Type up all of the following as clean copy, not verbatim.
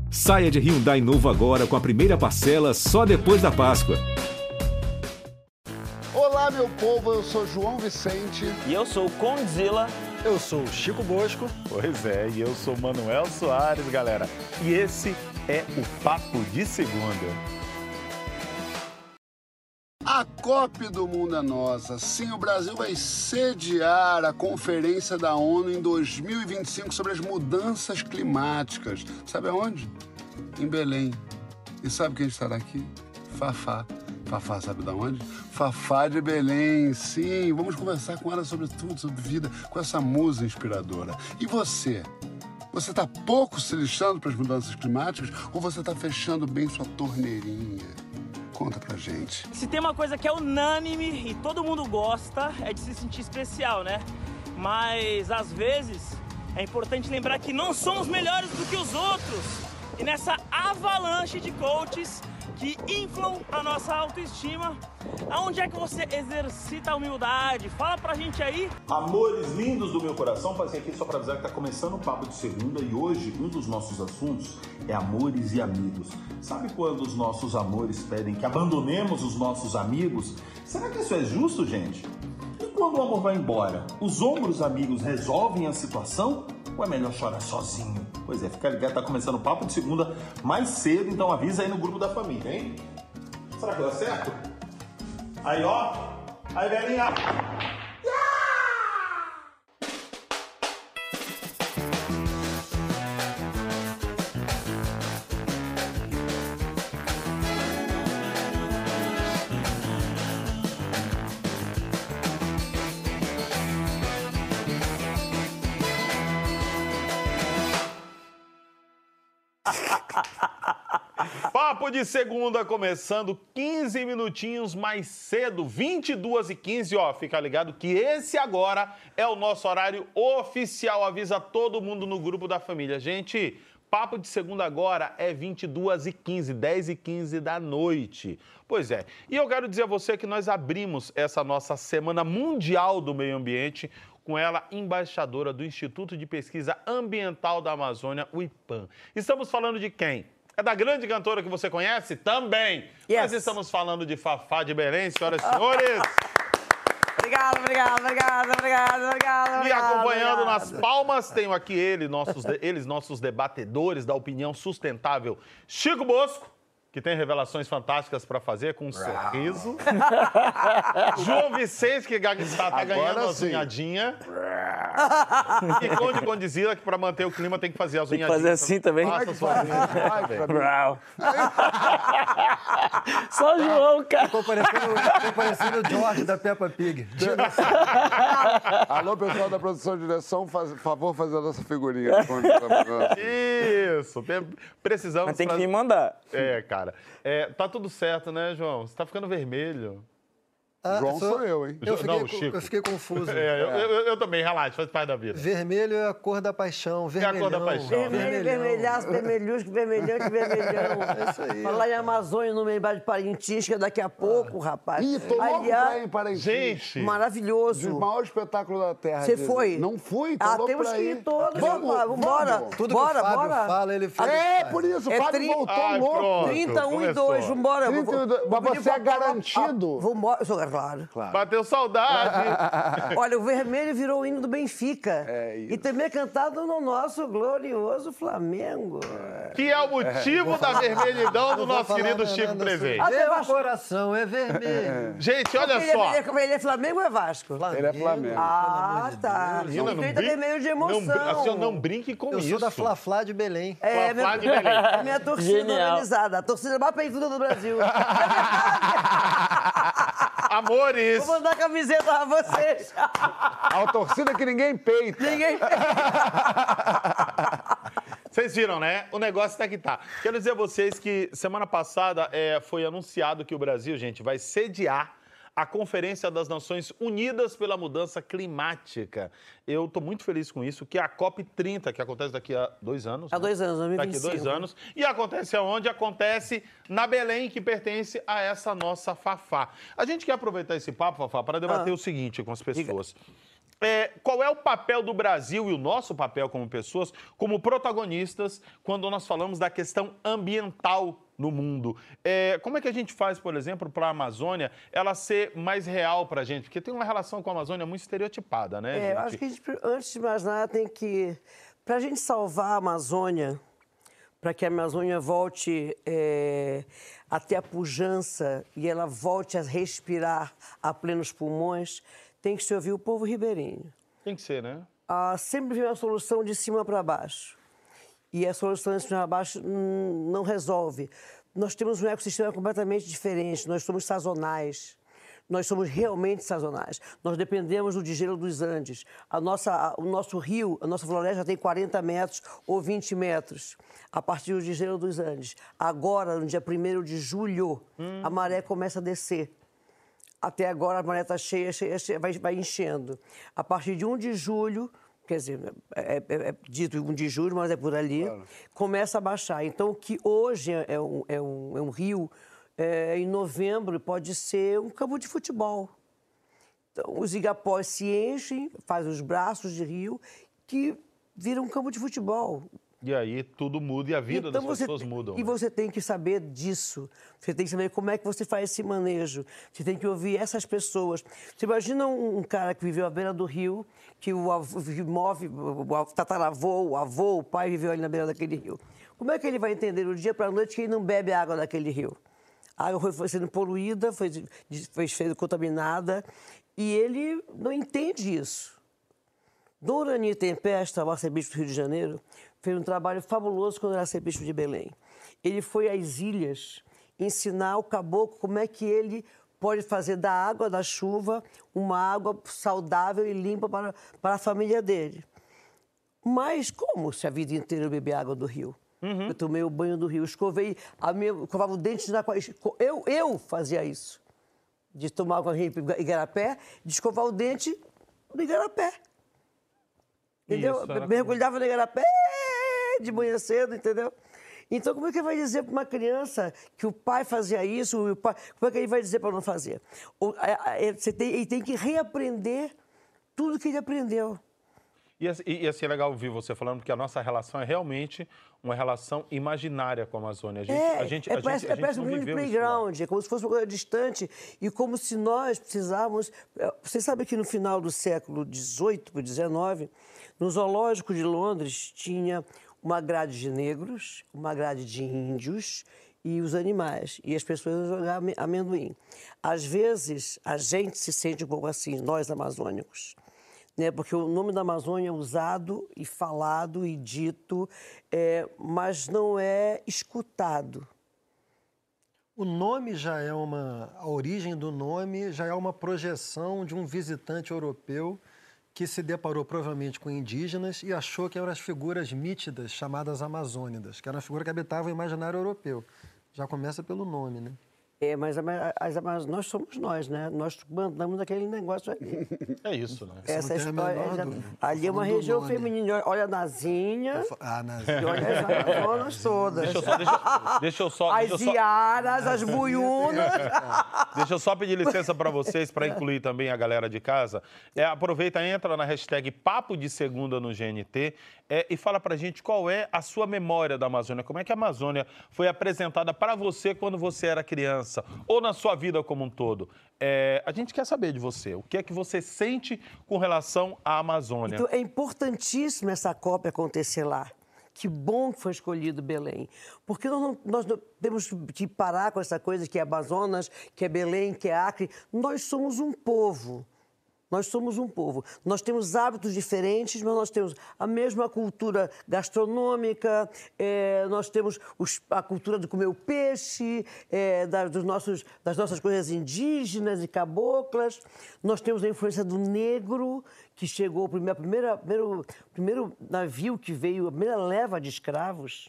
Saia de Hyundai novo agora com a primeira parcela só depois da Páscoa. Olá, meu povo, eu sou João Vicente. E eu sou o Condzilla. Eu sou o Chico Bosco. Pois é, e eu sou o Manuel Soares, galera. E esse é o Papo de Segunda. A COP do Mundo é Nossa. Sim, o Brasil vai sediar a Conferência da ONU em 2025 sobre as mudanças climáticas. Sabe aonde? Em Belém. E sabe quem estará aqui? Fafá. Fafá, sabe de onde? Fafá de Belém, sim. Vamos conversar com ela sobre tudo, sobre vida, com essa musa inspiradora. E você? Você está pouco se lixando para as mudanças climáticas ou você está fechando bem sua torneirinha? Conta pra gente. Se tem uma coisa que é unânime e todo mundo gosta, é de se sentir especial, né? Mas, às vezes, é importante lembrar que não somos melhores do que os outros. E nessa avalanche de coaches que inflam a nossa autoestima, aonde é que você exercita a humildade? Fala pra gente aí. Amores lindos do meu coração, passei aqui só pra avisar que tá começando o Papo de Segunda e hoje um dos nossos assuntos é amores e amigos. Sabe quando os nossos amores pedem que abandonemos os nossos amigos? Será que isso é justo, gente? E quando o amor vai embora, os ombros amigos resolvem a situação? Ou é melhor chorar sozinho? Pois é, fica ligado, tá começando o Papo de Segunda mais cedo, então avisa aí no grupo da família, hein? Será que dá certo? Aí, ó. Aí, velhinha. Papo de Segunda começando 15 minutinhos mais cedo, 22h15, ó, fica ligado que esse agora é o nosso horário oficial, avisa todo mundo no grupo da família. Gente, Papo de Segunda agora é 22h15, 10h15 da noite. Pois é, e eu quero dizer a você que nós abrimos essa nossa Semana Mundial do Meio Ambiente com ela, embaixadora do Instituto de Pesquisa Ambiental da Amazônia, o IPAM. Estamos falando de quem? É da grande cantora que você conhece? Também! Yes. Nós estamos falando de Fafá de Belém, senhoras e senhores! Obrigada. E acompanhando nas palmas, tenho aqui eles, nossos debatedores da opinião sustentável, Chico Bosco, que tem revelações fantásticas para fazer com um sorriso. João Vicente, que está até ganhando as unhadinhas. E Conde Condzilla, que para manter o clima tem que fazer as unhadinhas. Fazer assim também. Faça suas unhas também. Só o João, cara. Ficou parecendo o George da Peppa Pig. Alô, pessoal da produção de direção, favor fazer a nossa figurinha. Isso, precisamos... Mas tem que me mandar. É, cara. Tá tudo certo, né, João? Você tá ficando vermelho. João sou eu, hein? Chico. Eu fiquei confuso. Eu também, relaxa, faz parte da vida. Vermelho é a cor da paixão. É a cor da paixão. Vermelho, vermelhaço, vermelhusco, vermelhante, vermelhão. É isso aí. Falar em Amazônia, no meio de Parintins, que é daqui a pouco, rapaz. Ih, tô louco pra ir em Parintins. Gente! Maravilhoso. O maior espetáculo da Terra. Você foi? Não fui, tô louco temos pra que ir todos. Vambora. Tudo que o Fábio fala, ele fez. Por isso, o É Fábio voltou louco. pronto, 31 e começou. 2, vambora. 32, mas você é garantido? Vambora, eu sou claro. Bateu saudade. Olha, o vermelho virou o hino do Benfica. É isso. E também é cantado no nosso glorioso Flamengo. Que é o motivo da vermelhidão do nosso querido Chico presente. Meu coração é vermelho. Gente, olha só. Ele é Flamengo ou é Vasco? Ele é Flamengo. Ah, tá. Menina, Não grita vermelho de emoção. Não brinque com Eu isso. sou da Fla-Fla de Belém. É, Fla-Fla de Belém. é minha torcida Genial. organizada. A torcida mais peituda do Brasil. Amores. Vou mandar camiseta pra vocês. A torcida que ninguém peita. Ninguém... Vocês viram, né? O negócio tá que tá. Quero dizer a vocês que semana passada foi anunciado que o Brasil, gente, vai sediar a Conferência das Nações Unidas pela Mudança Climática. Eu estou muito feliz com isso, que é a COP30, que acontece daqui a 2 anos. Há 2 anos, 2025. Daqui a 2 anos. E acontece aonde? Acontece na Belém, que pertence a essa nossa Fafá. A gente quer aproveitar esse papo, Fafá, para debater o seguinte com as pessoas. Qual é o papel do Brasil e o nosso papel como pessoas, como protagonistas, quando nós falamos da questão ambiental no mundo? Como é que a gente faz, por exemplo, para a Amazônia ela ser mais real para a gente? Porque tem uma relação com a Amazônia muito estereotipada, né, gente? Eu acho que a gente, antes de mais nada, tem que... Para a gente salvar a Amazônia, para que a Amazônia volte a ter a pujança e ela volte a respirar a plenos pulmões, tem que se ouvir o povo ribeirinho. Tem que ser, né? Sempre vem uma solução de cima para baixo. E a solução de cima para baixo não resolve. Nós temos um ecossistema completamente diferente, nós somos sazonais. Nós somos realmente sazonais. Nós dependemos do degelo dos Andes. O nosso rio, a nossa floresta tem 40 metros ou 20 metros a partir do degelo dos Andes. Agora, no dia 1º de julho, a maré começa a descer. Até agora a maré está cheia, vai enchendo. A partir de 1 de julho, quer dizer, é dito 1 de julho, mas é por ali, claro, começa a baixar. Então, o que hoje é um rio, em novembro pode ser um campo de futebol. Então, os igapós se enchem, fazem os braços de rio, que viram um campo de futebol. E aí tudo muda e a vida das pessoas muda. E você tem que saber disso. Você tem que saber como é que você faz esse manejo. Você tem que ouvir essas pessoas. Você imagina um cara que viveu à beira do rio, que o tataravô, o avô, o pai viveu ali na beira daquele rio. Como é que ele vai entender do dia para a noite que ele não bebe a água daquele rio? A água foi sendo poluída, foi sendo contaminada, e ele não entende isso. Dom Urani Tempesta, o arcebispo do Rio de Janeiro, fez um trabalho fabuloso quando era arcebispo de Belém. Ele foi às ilhas ensinar o caboclo como é que ele pode fazer da água da chuva uma água saudável e limpa para a família dele. Mas como se a vida inteira eu bebi água do rio? Eu tomei o banho do rio, escovava o dente na... Eu fazia isso. De tomar água em Igarapé, de escovar o dente no Igarapé. Entendeu? Mergulhava no Igarapé de manhã cedo, entendeu? Então, como é que ele vai dizer para uma criança que o pai fazia isso? Como é que ele vai dizer para não fazer? Ele tem que reaprender tudo que ele aprendeu. E assim, é legal ouvir você falando, porque a nossa relação é realmente uma relação imaginária com a Amazônia. Parece um mini playground, é como se fosse uma coisa distante e como se nós precisávamos... Você sabe que no final do século XVIII para o XIX, no zoológico de Londres tinha uma grade de negros, uma grade de índios e os animais. E as pessoas iam jogar amendoim. Às vezes, a gente se sente um pouco assim, nós amazônicos. Né? Porque o nome da Amazônia é usado e falado e dito, mas não é escutado. O nome já é a origem do nome já é uma projeção de um visitante europeu que se deparou provavelmente com indígenas e achou que eram as figuras mítidas chamadas amazônidas, que era uma figura que habitava o imaginário europeu. Já começa pelo nome, né? Mas nós somos nós, né? Nós mandamos aquele negócio aqui. É isso, né? Essa história. Ali é uma região feminina. Olha a Nazinha. Nazinha. E olha as Amazonas todas. Deixa eu só. As Iaras, as Buiunas. Deixa eu só pedir licença para vocês, para incluir também a galera de casa. Aproveita, entra na hashtag Papo de Segunda no GNT e fala pra gente qual é a sua memória da Amazônia. Como é que a Amazônia foi apresentada para você quando você era criança? Ou na sua vida como um todo. A gente quer saber de você. O que é que você sente com relação à Amazônia? Então, é importantíssimo essa COP acontecer lá. Que bom que foi escolhido Belém. Porque nós não temos que parar com essa coisa que é Amazonas, que é Belém, que é Acre. Nós somos um povo. Nós somos um povo. Nós temos hábitos diferentes, mas nós temos a mesma cultura gastronômica, nós temos a cultura de comer o peixe, das nossas coisas indígenas e caboclas. Nós temos a influência do negro, que chegou, o primeiro navio que veio, a primeira leva de escravos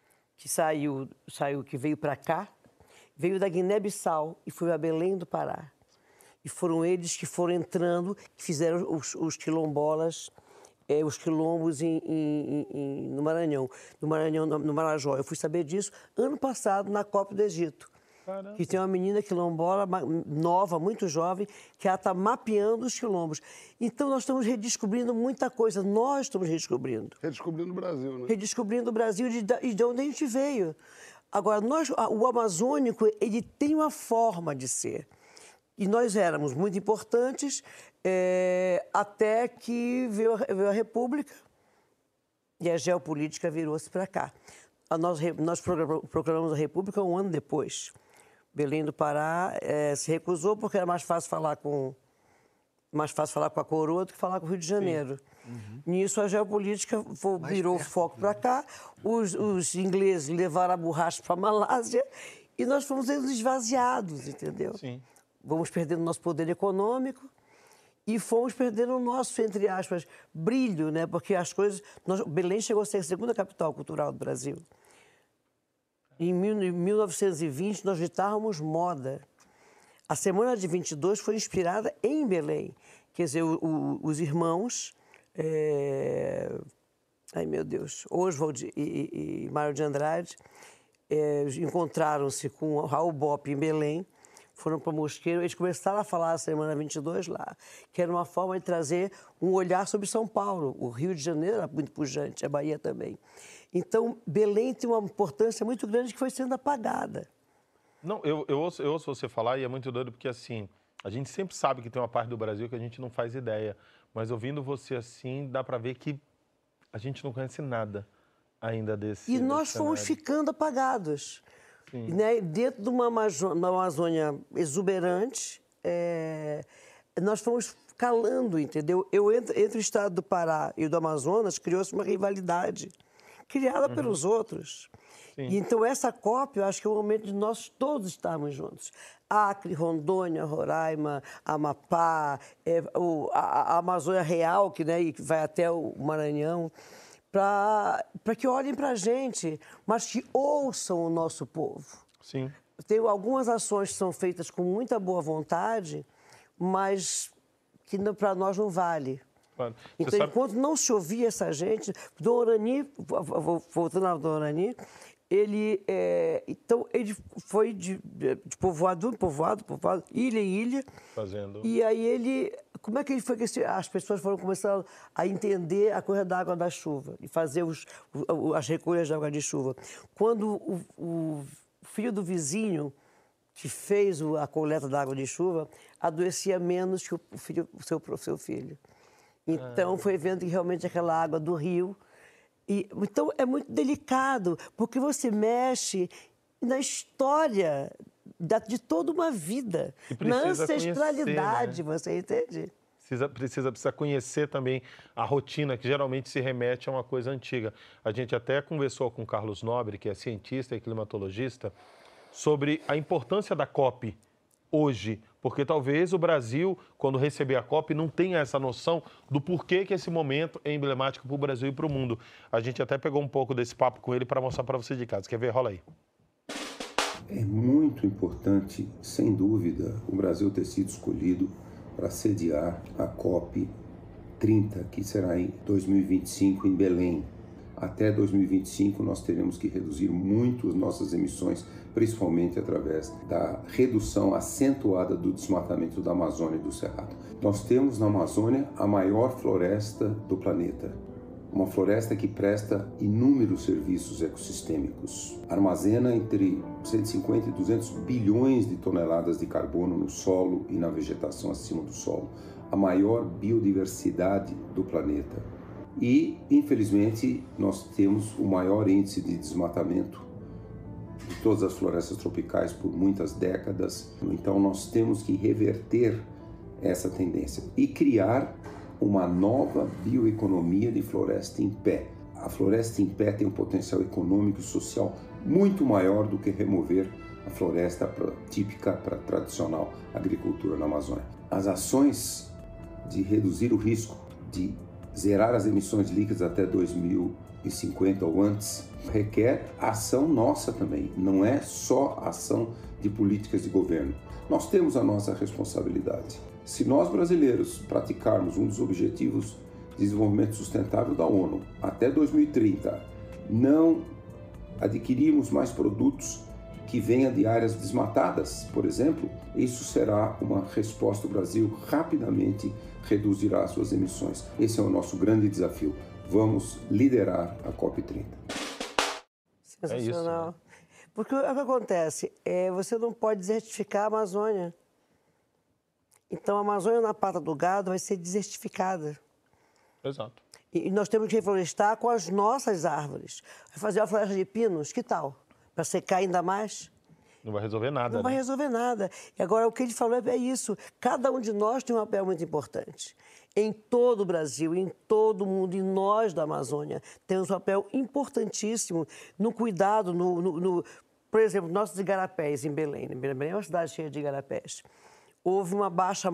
que veio para cá, veio da Guiné-Bissau e foi a Belém do Pará. E foram eles que foram entrando, que fizeram os quilombolas, os quilombos no Maranhão, no Marajó. Eu fui saber disso ano passado na Copa do Egito. Caramba. Que tem uma menina quilombola nova, muito jovem, que ela está mapeando os quilombos. Então, nós estamos redescobrindo muita coisa. Nós estamos redescobrindo. Redescobrindo o Brasil, né? Redescobrindo o Brasil e de onde a gente veio. Agora, o amazônico, ele tem uma forma de ser. E nós éramos muito importantes até que veio a República e a geopolítica virou-se para cá. Nós proclamamos a República um ano depois. Belém do Pará se recusou porque era mais fácil falar com a coroa do que falar com o Rio de Janeiro. Nisso, a geopolítica virou o foco para cá. Os ingleses levaram a borracha para a Malásia e nós fomos esvaziados, entendeu? Sim. Vamos perdendo nosso poder econômico e fomos perdendo o nosso, entre aspas, brilho, né? Porque as coisas... Belém chegou a ser a segunda capital cultural do Brasil. Em 1920, nós ditávamos moda. A Semana de 22 foi inspirada em Belém. Quer dizer, os irmãos... Ai, meu Deus! Oswald e Mário de Andrade encontraram-se com o Raul Bopp em Belém, foram para Mosqueiro, eles começaram a falar a Semana 22 lá, que era uma forma de trazer um olhar sobre São Paulo. O Rio de Janeiro era muito pujante, a Bahia também. Então, Belém tem uma importância muito grande que foi sendo apagada. Não, eu ouço você falar e é muito doido porque, assim, a gente sempre sabe que tem uma parte do Brasil que a gente não faz ideia, mas ouvindo você assim, dá para ver que a gente não conhece nada ainda desse E nós fomos ficando apagados. Né? Dentro de uma Amazônia exuberante, nós fomos calando, entendeu? Entre o estado do Pará e o do Amazonas, criou-se uma rivalidade criada pelos outros. E então, essa COP, eu acho que é o momento de nós todos estarmos juntos. Acre, Rondônia, Roraima, Amapá, a Amazônia Real, que vai até o Maranhão, para que olhem para a gente, mas que ouçam o nosso povo. Sim. Tem algumas ações que são feitas com muita boa vontade, mas que para nós não vale. Claro. Então, enquanto não se ouvia essa gente, Dom Orani, voltando ao Dom Orani, ele foi de povoado, ilha em ilha. Fazendo. E aí como é que foi que as pessoas foram começando a entender a coisa da água da chuva e fazer as recolhas de água de chuva? Quando o filho do vizinho que fez a coleta da água de chuva adoecia menos que o seu filho. Então, foi vendo que realmente aquela água do rio... Então, é muito delicado, porque você mexe na história de toda uma vida, na ancestralidade, conhecer, né? Você entende? Precisa conhecer também a rotina, que geralmente se remete a uma coisa antiga. A gente até conversou com o Carlos Nobre, que é cientista e climatologista, sobre a importância da COP hoje, porque talvez o Brasil, quando receber a COP, não tenha essa noção do porquê que esse momento é emblemático para o Brasil e para o mundo. A gente até pegou um pouco desse papo com ele para mostrar para você de casa. Quer ver? Rola aí. É muito importante, sem dúvida, o Brasil ter sido escolhido para sediar a COP 30, que será em 2025 em Belém. Até 2025 nós teremos que reduzir muito as nossas emissões, principalmente através da redução acentuada do desmatamento da Amazônia e do Cerrado. Nós temos na Amazônia a maior floresta do planeta. Uma floresta que presta inúmeros serviços ecossistêmicos. Armazena entre 150 e 200 bilhões de toneladas de carbono no solo e na vegetação acima do solo. A maior biodiversidade do planeta. E, infelizmente, nós temos o maior índice de desmatamento de todas as florestas tropicais por muitas décadas. Então, nós temos que reverter essa tendência e criar uma nova bioeconomia de floresta em pé. A floresta em pé tem um potencial econômico e social muito maior do que remover a floresta típica para a tradicional agricultura na Amazônia. As ações de reduzir o risco de zerar as emissões líquidas até 2050 ou antes requer ação nossa também, não é só ação de políticas de governo. Nós temos a nossa responsabilidade. Se nós brasileiros praticarmos um dos objetivos de desenvolvimento sustentável da ONU até 2030, não adquirirmos mais produtos que venha de áreas desmatadas, por exemplo, isso será uma resposta. O Brasil rapidamente reduzirá suas emissões. Esse é o nosso grande desafio. Vamos liderar a COP30. Sensacional. É isso, né? Porque o que acontece? Você não pode desertificar a Amazônia. Então, a Amazônia na pata do gado vai ser desertificada. Exato. E nós temos que reflorestar com as nossas árvores. Vai fazer uma floresta de pinos, que tal? Para secar ainda mais? Não vai resolver nada, Não vai resolver nada. E agora, o que ele falou é isso. Cada um de nós tem um papel muito importante. Em todo o Brasil, em todo o mundo, e nós da Amazônia temos um papel importantíssimo no cuidado, por exemplo, nossos igarapés em Belém. Belém é uma cidade cheia de igarapés. Houve uma baixa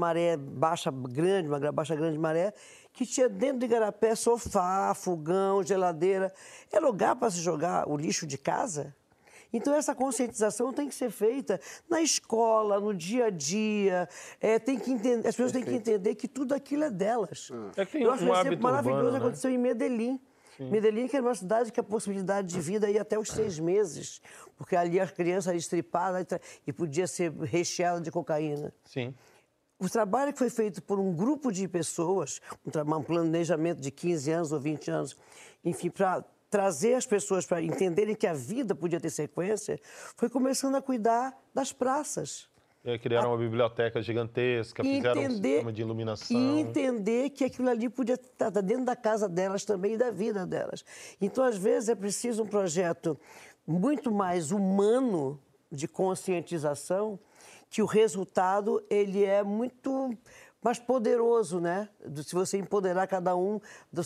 grande maré, que tinha dentro do igarapé sofá, fogão, geladeira. É lugar para se jogar o lixo de casa? Então, essa conscientização tem que ser feita na escola, no dia a dia. As pessoas têm que entender que tudo aquilo é delas. Eu acho um exemplo maravilhoso, aconteceu em Medellín. Medellín, que era uma cidade que a possibilidade de vida ia até os 6 meses, porque ali a criança era estripada e podia ser recheada de cocaína. Sim. O trabalho que foi feito por um grupo de pessoas, um planejamento de 15 anos ou 20 anos, enfim, para trazer as pessoas para entenderem que a vida podia ter sequência, foi começando a cuidar das praças. E aí criaram uma biblioteca gigantesca, fizeram um sistema de iluminação. E entender que aquilo ali podia estar dentro da casa delas também e da vida delas. Então, às vezes, é preciso um projeto muito mais humano de conscientização, que o resultado ele é muito mais poderoso, né? Se você empoderar cada um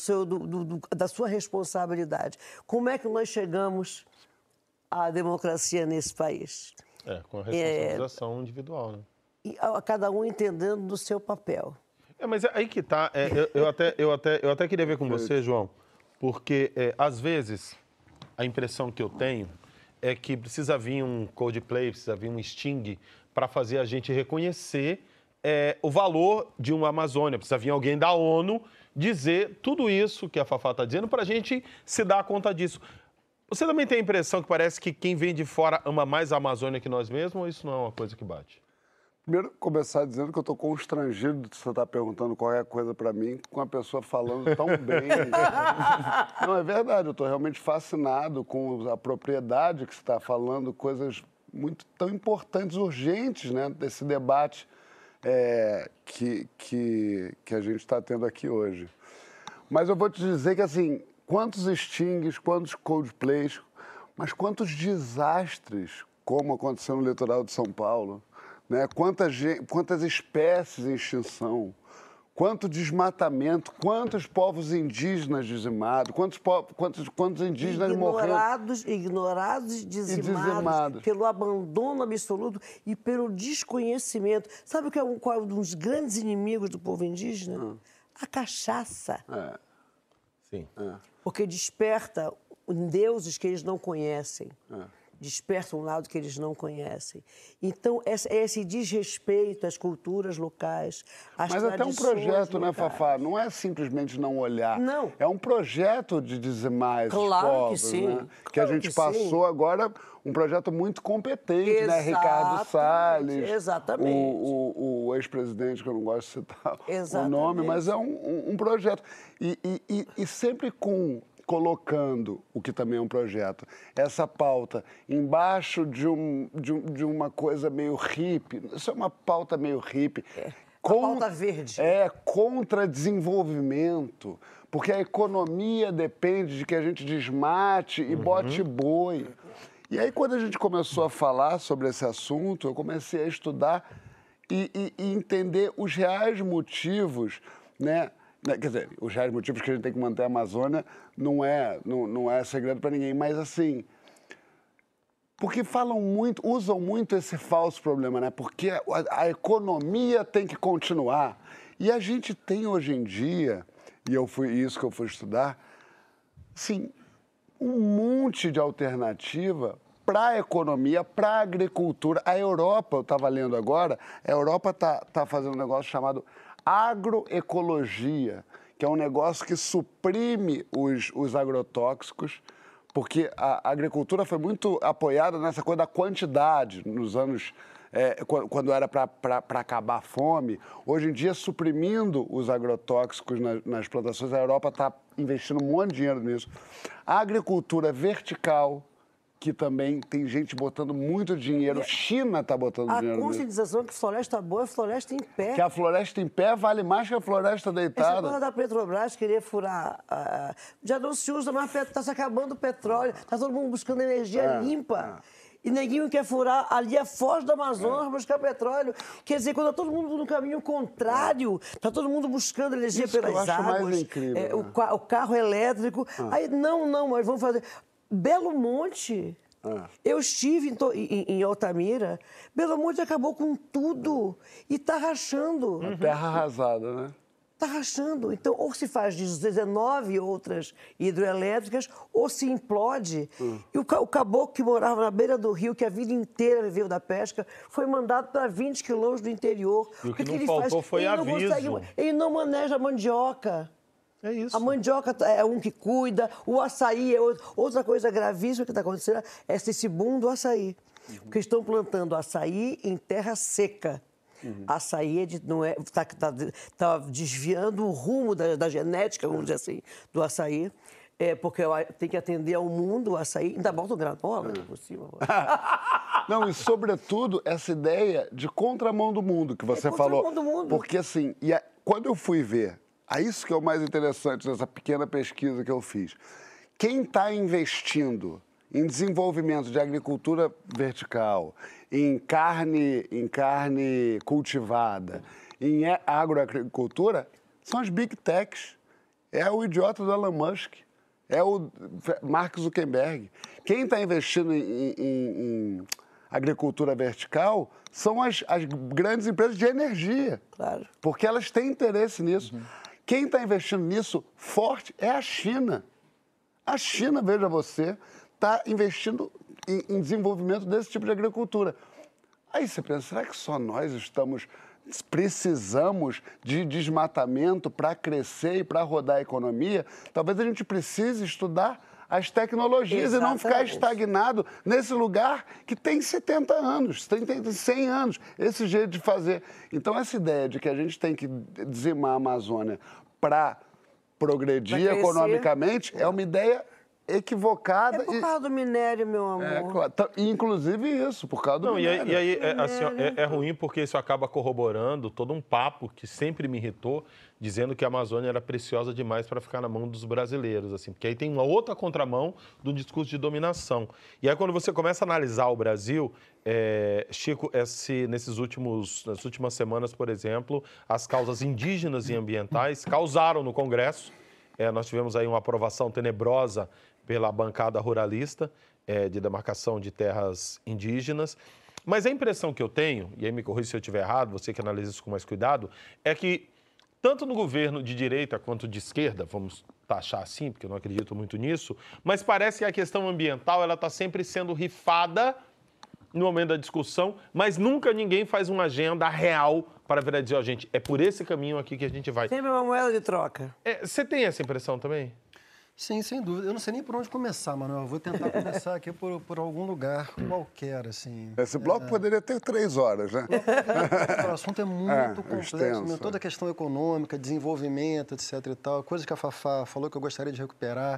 da sua responsabilidade. Como é que nós chegamos à democracia nesse país? Com a responsabilização individual, né? E a cada um entendendo do seu papel. Mas aí que tá. Eu até queria ver com você, João, porque às vezes a impressão que eu tenho é que precisa vir um Coldplay, precisa vir um Sting para fazer a gente reconhecer o valor de uma Amazônia. Precisa vir alguém da ONU dizer tudo isso que a Fafá está dizendo para a gente se dar conta disso. Você também tem a impressão que parece que quem vem de fora ama mais a Amazônia que nós mesmos, ou isso não é uma coisa que bate? Primeiro, começar dizendo que eu estou constrangido de você estar perguntando qualquer coisa para mim com a pessoa falando tão bem. Não, é verdade, eu estou realmente fascinado com a propriedade que você está falando, coisas muito tão importantes, urgentes, né, desse debate que a gente está tendo aqui hoje. Mas eu vou te dizer que, assim, quantos Stings, quantos Coldplays, mas quantos desastres, como aconteceu no litoral de São Paulo, né? Quantas espécies em extinção, quanto desmatamento, quantos povos indígenas dizimados, quantos indígenas morreram. Ignorados e dizimados pelo abandono absoluto e pelo desconhecimento. Sabe qual é um dos grandes inimigos do povo indígena? A cachaça. Sim. Porque desperta deuses que eles não conhecem. Desperta um lado que eles não conhecem. Então, esse desrespeito às culturas locais, às tradições locais. Mas até um projeto, né, Fafá? Não é simplesmente não olhar. Não. É um projeto de dizimar esses Claro povos, que sim. né? Que a gente passou agora, um projeto muito competente, né? Exatamente. Ricardo Salles. Exatamente. O ex-presidente, que eu não gosto de citar Exatamente. o nome, mas é um projeto. E sempre colocando, o que também é um projeto, essa pauta embaixo de uma coisa meio hippie. Isso é uma pauta meio hippie. Pauta verde. Contra desenvolvimento, porque a economia depende de que a gente desmate e bote boi. E aí, quando a gente começou a falar sobre esse assunto, eu comecei a estudar e entender os reais motivos, né? Quer dizer, os reais motivos que a gente tem que manter a Amazônia não é segredo para ninguém, mas assim, porque usam muito esse falso problema, né? Porque a economia tem que continuar. E a gente tem hoje em dia, isso que eu fui estudar, assim, um monte de alternativa para a economia, para a agricultura. A Europa, eu estava lendo agora, a Europa tá fazendo um negócio chamado agroecologia, que é um negócio que suprime os agrotóxicos Porque a agricultura foi muito apoiada nessa coisa da quantidade nos anos... quando era para acabar a fome. Hoje em dia, suprimindo os agrotóxicos nas plantações, a Europa está investindo um monte de dinheiro nisso. A agricultura vertical, que também tem gente botando muito dinheiro. China está botando dinheiro nisso. A conscientização que floresta boa é floresta em pé. Que a floresta em pé vale mais que a floresta deitada. Essa coisa da Petrobras querer furar... já não se usa mais, está se acabando o petróleo, está todo mundo buscando energia limpa. E ninguém quer furar ali a foz do Amazonas buscar petróleo. Quer dizer, quando está todo mundo no caminho contrário, está todo mundo buscando energia pelas águas. Mais incrível, o carro elétrico. Aí, não, mas vamos fazer... Belo Monte, eu estive em Altamira, Belo Monte acabou com tudo e está rachando. Terra arrasada, né? Está rachando. Então, ou se faz 19 outras hidroelétricas, ou se implode. E o caboclo que morava na beira do rio, que a vida inteira viveu da pesca, foi mandado para 20 quilômetros do interior. E o que não faltou foi aviso. Ele não maneja a mandioca. É isso. A mandioca é um que cuida, o açaí é outra coisa gravíssima que está acontecendo, é esse boom do açaí. Porque estão plantando açaí em terra seca. Açaí está desviando o rumo da genética, vamos dizer assim, do açaí. Porque tem que atender ao mundo, o açaí, ainda bota o granola por cima. Não, e sobretudo essa ideia de contramão do mundo que você falou. Contramão do mundo. Porque assim, quando eu fui ver, isso que é o mais interessante dessa pequena pesquisa que eu fiz. Quem está investindo em desenvolvimento de agricultura vertical, em carne cultivada, em agroagricultura, são as big techs. É o idiota do Elon Musk, é o Mark Zuckerberg. Quem está investindo em agricultura vertical são as grandes empresas de energia. Claro. Porque elas têm interesse nisso. Quem está investindo nisso forte é a China. A China, veja você, está investindo em desenvolvimento desse tipo de agricultura. Aí você pensa, será que só nós precisamos de desmatamento para crescer e para rodar a economia? Talvez a gente precise estudar as tecnologias. Exatamente. E não ficar estagnado nesse lugar que tem 70 anos, tem 100 anos, esse jeito de fazer. Então, essa ideia de que a gente tem que dizimar a Amazônia para progredir economicamente é uma ideia equivocada. É por causa do minério, meu amor. Claro. Inclusive isso, por causa do minério. E aí, é ruim porque isso acaba corroborando todo um papo que sempre me irritou, dizendo que a Amazônia era preciosa demais para ficar na mão dos brasileiros, assim, porque aí tem uma outra contramão do discurso de dominação. E aí, quando você começa a analisar o Brasil, Chico, nas últimas semanas, por exemplo, as causas indígenas e ambientais causaram no Congresso. Nós tivemos aí uma aprovação tenebrosa pela bancada ruralista de demarcação de terras indígenas. Mas a impressão que eu tenho, e aí me corrija se eu estiver errado, você que analisa isso com mais cuidado, é que tanto no governo de direita quanto de esquerda, vamos taxar assim, porque eu não acredito muito nisso, mas parece que a questão ambiental ela está sempre sendo rifada no momento da discussão, mas nunca ninguém faz uma agenda real para virar dizer, gente, é por esse caminho aqui que a gente vai. Sempre uma moeda de troca. Você tem essa impressão também? Sim, sem dúvida. Eu não sei nem por onde começar, Manuel. Eu vou tentar começar aqui por algum lugar qualquer, assim. Esse bloco poderia ter 3 horas, né? O assunto é muito complexo, extenso, toda a questão econômica, desenvolvimento, etc e tal, coisas que a Fafá falou que eu gostaria de recuperar.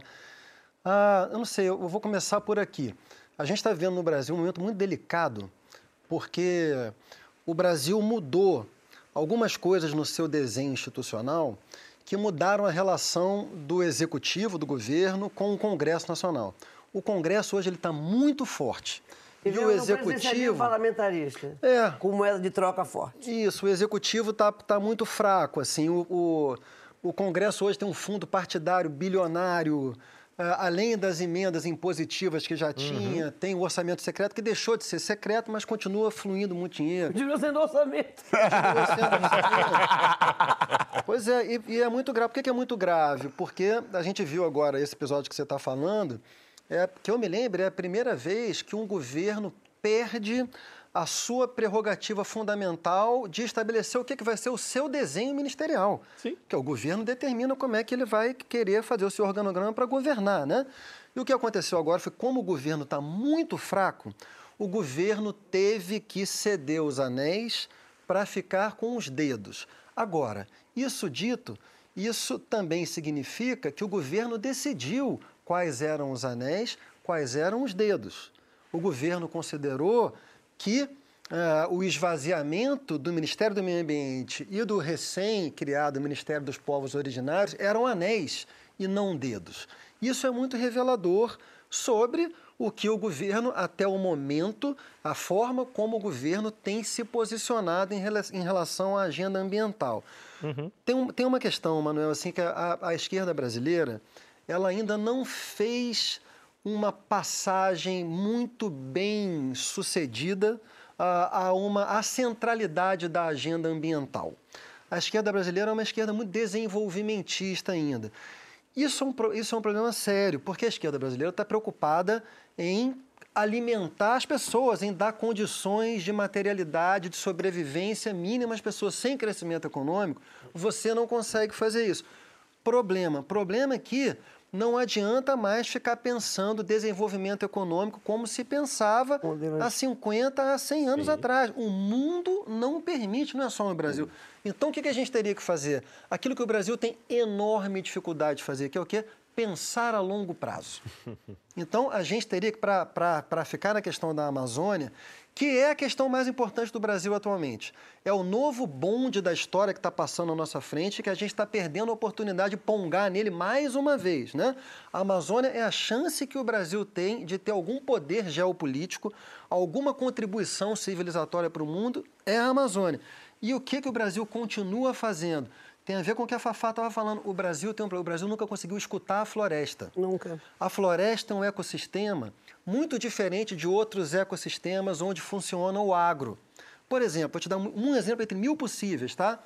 Eu não sei, eu vou começar por aqui. A gente está vivendo no Brasil um momento muito delicado, porque o Brasil mudou algumas coisas no seu desenho institucional que mudaram a relação do executivo, do governo, com o Congresso Nacional. O Congresso hoje está muito forte. E o executivo... parlamentarista. Com moeda de troca forte. Isso, o executivo está muito fraco. Assim, o Congresso hoje tem um fundo partidário bilionário, além das emendas impositivas que já tinha, tem o orçamento secreto, que deixou de ser secreto, mas continua fluindo muito dinheiro. Continua sendo orçamento. Pois é, e é muito grave. Por que é muito grave? Porque a gente viu agora esse episódio que você está falando, que eu me lembro, é a primeira vez que um governo perde a sua prerrogativa fundamental de estabelecer o que vai ser o seu desenho ministerial. Sim. Que o governo determina como é que ele vai querer fazer o seu organograma para governar, né? E o que aconteceu agora foi, como o governo está muito fraco, o governo teve que ceder os anéis para ficar com os dedos. Agora, isso dito, isso também significa que o governo decidiu quais eram os anéis, quais eram os dedos. O governo considerou que o esvaziamento do Ministério do Meio Ambiente e do recém-criado Ministério dos Povos Originários eram anéis e não dedos. Isso é muito revelador sobre o que o governo, até o momento, a forma como o governo tem se posicionado em relação à agenda ambiental. Tem uma questão, Manuel, assim, que a esquerda brasileira, ela ainda não fez uma passagem muito bem sucedida à centralidade da agenda ambiental. A esquerda brasileira é uma esquerda muito desenvolvimentista ainda. Isso é um problema sério, porque a esquerda brasileira está preocupada em alimentar as pessoas, em dar condições de materialidade, de sobrevivência mínima às pessoas. Sem crescimento econômico, você não consegue fazer isso. Problema é que não adianta mais ficar pensando desenvolvimento econômico como se pensava há 50, a 100 anos atrás. O mundo não permite, não é só no Brasil. Então, o que a gente teria que fazer? Aquilo que o Brasil tem enorme dificuldade de fazer, que é o quê? Pensar a longo prazo. Então, a gente teria que, para ficar na questão da Amazônia, que é a questão mais importante do Brasil atualmente. É o novo bonde da história que está passando à nossa frente, que a gente está perdendo a oportunidade de pongar nele mais uma vez, né? A Amazônia é a chance que o Brasil tem de ter algum poder geopolítico, alguma contribuição civilizatória para o mundo, é a Amazônia. E o que o Brasil continua fazendo? Tem a ver com o que a Fafá estava falando. O Brasil nunca conseguiu escutar a floresta. Nunca. A floresta é um ecossistema muito diferente de outros ecossistemas onde funciona o agro. Por exemplo, vou te dar um exemplo entre 1000 possíveis, tá?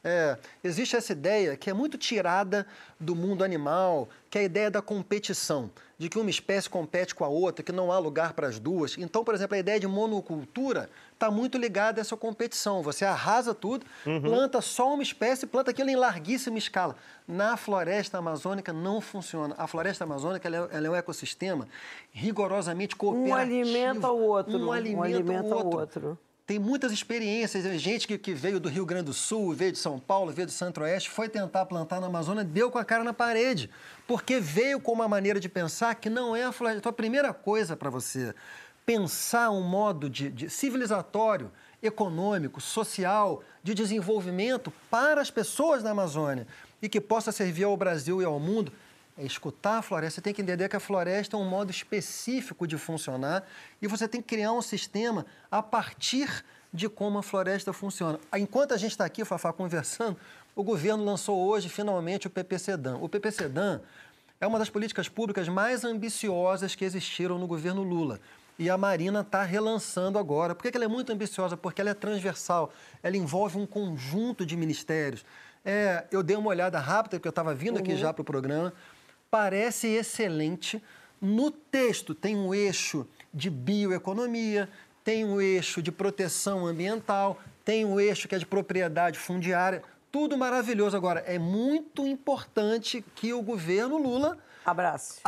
Existe essa ideia que é muito tirada do mundo animal, que é a ideia da competição, de que uma espécie compete com a outra, que não há lugar para as duas. Então, por exemplo, a ideia de monocultura está muito ligada a essa competição. Você arrasa tudo, planta só uma espécie, planta aquilo em larguíssima escala. Na floresta amazônica não funciona. A floresta amazônica ela é um ecossistema rigorosamente cooperativo. Um alimenta o outro. Um alimenta o outro. Tem muitas experiências, gente que veio do Rio Grande do Sul, veio de São Paulo, veio do Centro-Oeste, foi tentar plantar na Amazônia, deu com a cara na parede, porque veio com uma maneira de pensar que não é a floresta. Então, a primeira coisa para você pensar um modo de civilizatório, econômico, social, de desenvolvimento para as pessoas da Amazônia e que possa servir ao Brasil e ao mundo, é escutar a floresta. Você tem que entender que a floresta é um modo específico de funcionar e você tem que criar um sistema a partir de como a floresta funciona. Enquanto a gente está aqui, Fafá, conversando, o governo lançou hoje, finalmente, o PPCDAM. O PPCDAM é uma das políticas públicas mais ambiciosas que existiram no governo Lula. E a Marina está relançando agora. Por que ela é muito ambiciosa? Porque ela é transversal, ela envolve um conjunto de ministérios. Eu dei uma olhada rápida, porque eu estava vindo aqui já para o programa. Parece excelente. No texto tem um eixo de bioeconomia, tem um eixo de proteção ambiental, tem um eixo que é de propriedade fundiária. Tudo maravilhoso. Agora, é muito importante que o governo Lula abrace.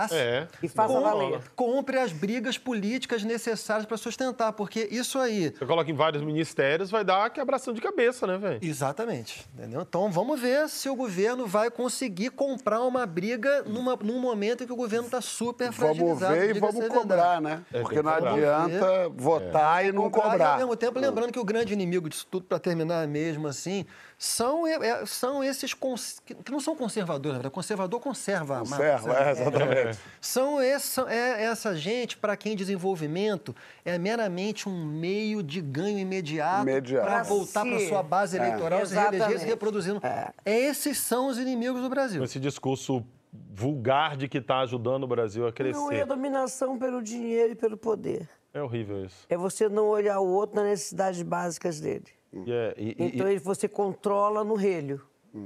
E faça valer. Compre as brigas políticas necessárias para sustentar, porque isso aí... Você coloca em vários ministérios, vai dar quebração de cabeça, né, velho? Exatamente. Entendeu? Então, vamos ver se o governo vai conseguir comprar uma briga num momento em que o governo está super fragilizado. Vamos ver e vamos cobrar, né? Porque não adianta votar e não cobrar. E, ao mesmo tempo, lembrando que o grande inimigo disso tudo, para terminar mesmo assim, são esses que não são conservadores, né? Conservador conserva a massa. Exatamente. São essa gente para quem desenvolvimento é meramente um meio de ganho imediato. Para voltar para sua base eleitoral, se reeleger, se reproduzindo. Esses são os inimigos do Brasil. Esse discurso vulgar de que está ajudando o Brasil a crescer. Não é a dominação pelo dinheiro e pelo poder. É horrível isso. É você não olhar o outro nas necessidades básicas dele. Então você controla no relho.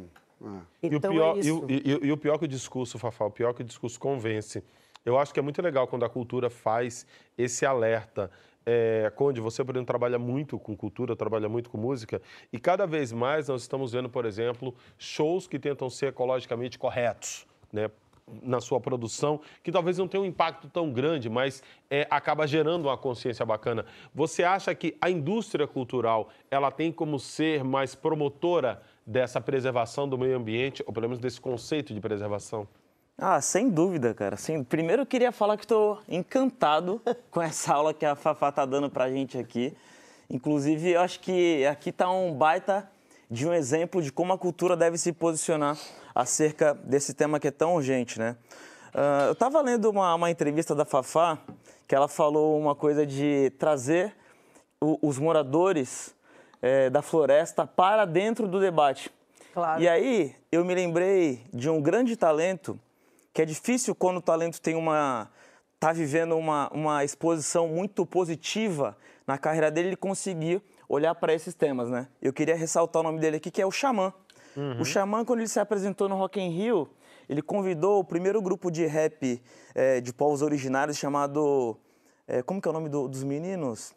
Então, o pior que o discurso, Fafá, o pior que o discurso convence. Eu acho que é muito legal quando a cultura faz esse alerta. Conde, você, por exemplo, trabalha muito com cultura, trabalha muito com música, e cada vez mais nós estamos vendo, por exemplo, shows que tentam ser ecologicamente corretos, né? na sua produção, que talvez não tenha um impacto tão grande, mas acaba gerando uma consciência bacana. Você acha que a indústria cultural ela tem como ser mais promotora dessa preservação do meio ambiente, ou pelo menos desse conceito de preservação? Ah, sem dúvida, cara. Primeiro eu queria falar que estou encantado com essa aula que a Fafá está dando para a gente aqui. Inclusive, eu acho que aqui está um baita de um exemplo de como a cultura deve se posicionar acerca desse tema que é tão urgente, né? Eu estava lendo uma entrevista da Fafá, que ela falou uma coisa de trazer os moradores da floresta para dentro do debate. Claro. E aí, eu me lembrei de um grande talento, que é difícil quando o talento está vivendo uma exposição muito positiva na carreira dele, ele conseguir olhar para esses temas, né? Eu queria ressaltar o nome dele aqui, que é o Xamã. O Xamã, quando ele se apresentou no Rock in Rio, ele convidou o primeiro grupo de rap de povos originários chamado... como que é o nome dos meninos?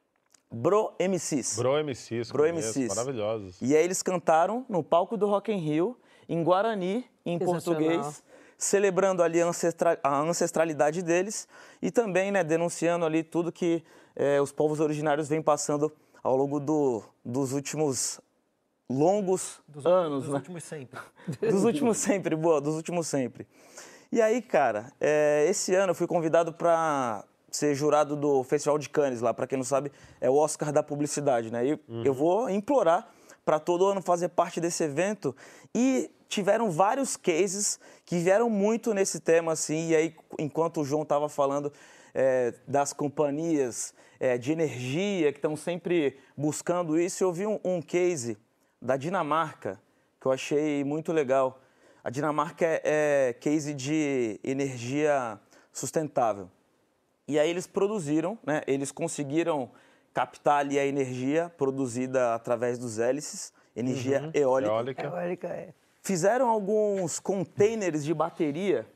Bro MCs. Bro MCs, Bro MCs. Maravilhosos. E aí eles cantaram no palco do Rock in Rio, em Guarani, em português, celebrando ali a ancestralidade deles e também, né, denunciando ali tudo que os povos originários vêm passando ao longo dos últimos longos anos. Dos últimos sempre. Dos últimos sempre, boa, dos últimos sempre. E aí, cara, esse ano eu fui convidado para ser jurado do Festival de Cannes lá, para quem não sabe, é o Oscar da publicidade, né? E eu vou implorar para todo ano fazer parte desse evento e tiveram vários cases que vieram muito nesse tema, assim, e aí, enquanto o João estava falando das companhias de energia que estão sempre buscando isso, eu vi um case da Dinamarca que eu achei muito legal. A Dinamarca é case de energia sustentável. E aí eles produziram, né, eles conseguiram captar ali a energia produzida através dos hélices, energia eólica. Fizeram alguns containers de bateria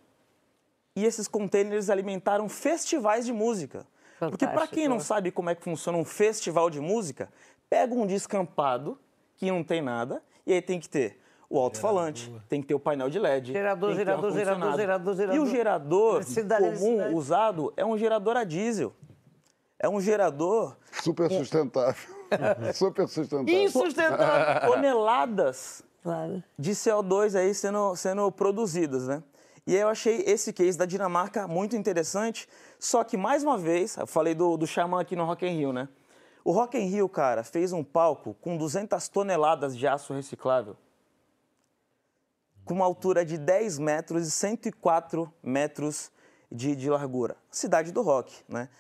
e esses containers alimentaram festivais de música. Fantástico. Porque para quem não sabe como é que funciona um festival de música, pega um descampado que não tem nada e aí tem que ter o alto-falante, tem que ter o painel de LED, gerador. E o gerador comum usado é um gerador a diesel. É um gerador... Super sustentável. Super sustentável. Insustentável. Toneladas de CO2 aí sendo produzidas, né? E aí eu achei esse case da Dinamarca muito interessante, só que, mais uma vez, eu falei do Xamã aqui no Rock in Rio, né? O Rock in Rio, cara, fez um palco com 200 toneladas de aço reciclável, com uma altura de 10 metros e 104 metros de largura. Cidade do rock, né?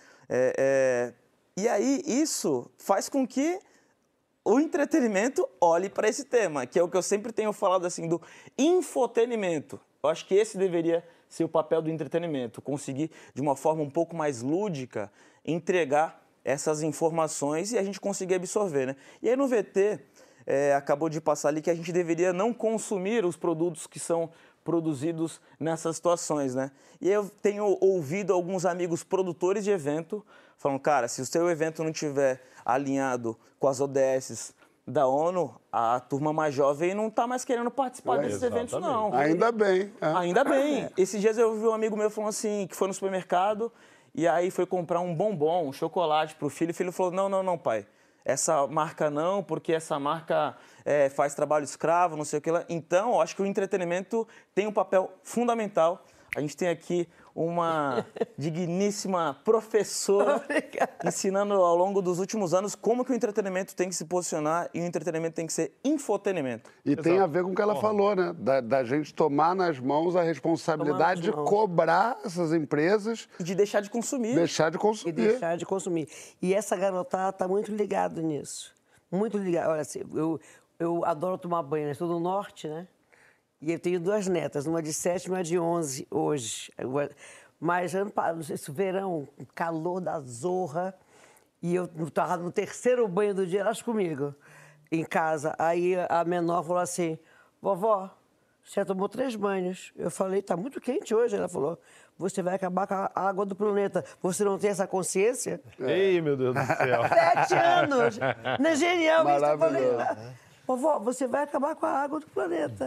E aí isso faz com que o entretenimento olhe para esse tema, que é o que eu sempre tenho falado assim, do infotenimento. Eu acho que esse deveria ser o papel do entretenimento, conseguir, de uma forma um pouco mais lúdica, entregar essas informações e a gente conseguir absorver, né? E aí no VT... acabou de passar ali que a gente deveria não consumir os produtos que são produzidos nessas situações, né? E eu tenho ouvido alguns amigos produtores de evento falando, cara, se o seu evento não tiver alinhado com as ODS da ONU, a turma mais jovem não está mais querendo participar desses eventos, não. Ainda bem. Ainda bem. Esses dias eu vi um amigo meu falando assim, que foi no supermercado e aí foi comprar um bombom, um chocolate para o filho, e o filho falou, não, pai. Essa marca não, porque essa marca faz trabalho escravo, não sei o que lá. Então, eu acho que o entretenimento tem um papel fundamental. A gente tem aqui uma digníssima professora ensinando ao longo dos últimos anos como que o entretenimento tem que se posicionar e o entretenimento tem que ser infotenimento. E tem a ver com o que ela falou, né? Da gente tomar nas mãos a responsabilidade de cobrar essas empresas. E de deixar de consumir. Deixar de consumir. E essa garotada está muito ligada nisso. Muito ligada. Olha, assim, eu adoro tomar banho, né? Estou no norte, né? E eu tenho 2 netas, uma de 7 e uma de 11 hoje. Mas esse verão, calor da zorra, e eu estava no 3º banho do dia, elas comigo, em casa. Aí a menor falou assim, vovó, você tomou 3 banhos. Eu falei, tá muito quente hoje. Ela falou, você vai acabar com a água do planeta. Você não tem essa consciência? Ei, meu Deus do céu. 7 anos! Não é genial isso? Maravilhoso. Eu falei, vovó, você vai acabar com a água do planeta.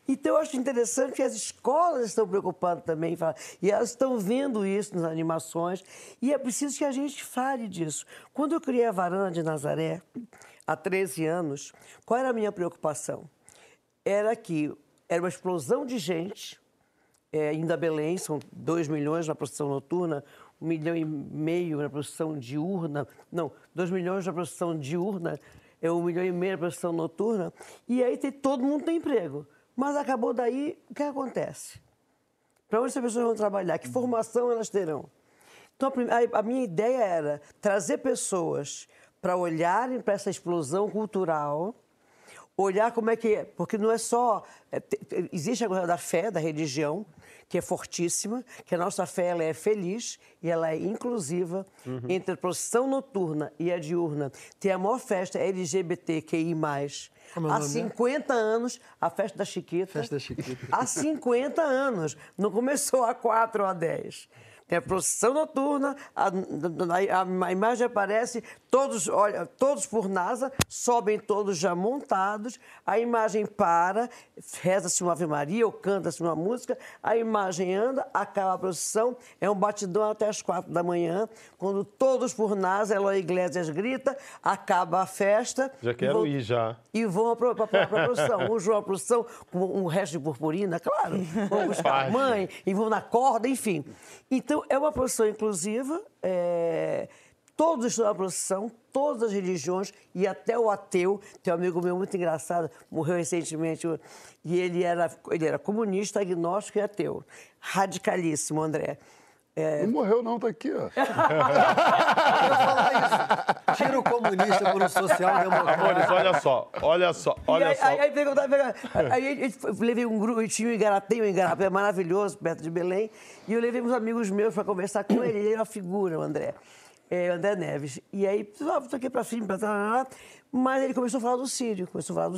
Então, eu acho interessante que as escolas estão preocupadas também, e elas estão vendo isso nas animações, e é preciso que a gente fale disso. Quando eu criei a Varanda de Nazaré, há 13 anos, qual era a minha preocupação? Era que era uma explosão de gente, indo a Belém, são 2 milhões na procissão noturna, 1,5 milhão na procissão diurna, não, 2 milhões na procissão diurna, 1,5 milhão na procissão noturna, e aí todo mundo tem emprego. Mas acabou daí, o que acontece? Para onde essas pessoas vão trabalhar? Que formação elas terão? Então, a minha ideia era trazer pessoas para olharem para essa explosão cultural, olhar como é que é, porque não é só... existe a coisa da fé, da religião, que é fortíssima, que a nossa fé ela é feliz e ela é inclusiva. Entre a procissão noturna e a diurna, tem a maior festa LGBTQI+. Há 50 anos, a Festa da Chiquita. Festa da Chiquita. Há 50 anos. Não começou há 4 ou há 10. Tem a procissão noturna, a imagem aparece, todos por NASA, sobem todos já montados, a imagem para, reza-se uma Ave Maria ou canta-se uma música, a imagem anda, acaba a procissão, é um batidão até as 4 da manhã, quando todos por NASA, Eloy Iglesias grita, acaba a festa. Já quero ir já. E vão para a procissão. Uns vão à procissão com um resto de purpurina, claro, vão buscar a mãe, e vão na corda, enfim. Então, é uma procissão inclusiva, todos estão na procissão, todas as religiões, e até o ateu. Tem um amigo meu muito engraçado, morreu recentemente, e ele era comunista, agnóstico e ateu. Radicalíssimo, André. Não morreu não, tá aqui, ó. Eu ia falar isso. Tira o comunista por um social-democrata. Amores, olha só. Aí eu levei um grupo, tinha um Igarapé maravilhoso, perto de Belém, e eu levei uns amigos meus para conversar com ele. Ele era uma figura, o André. André Neves. E aí, toquei para filme, mas ele começou a falar do Sírio.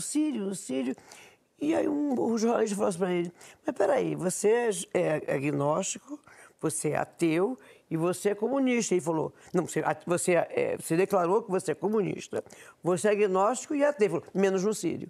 E aí um jornalista falou assim para ele, mas peraí, você é agnóstico, você é ateu e você é comunista. Ele falou, não, você declarou que você é comunista, você é agnóstico e ateu. Ele falou, menos no Sírio.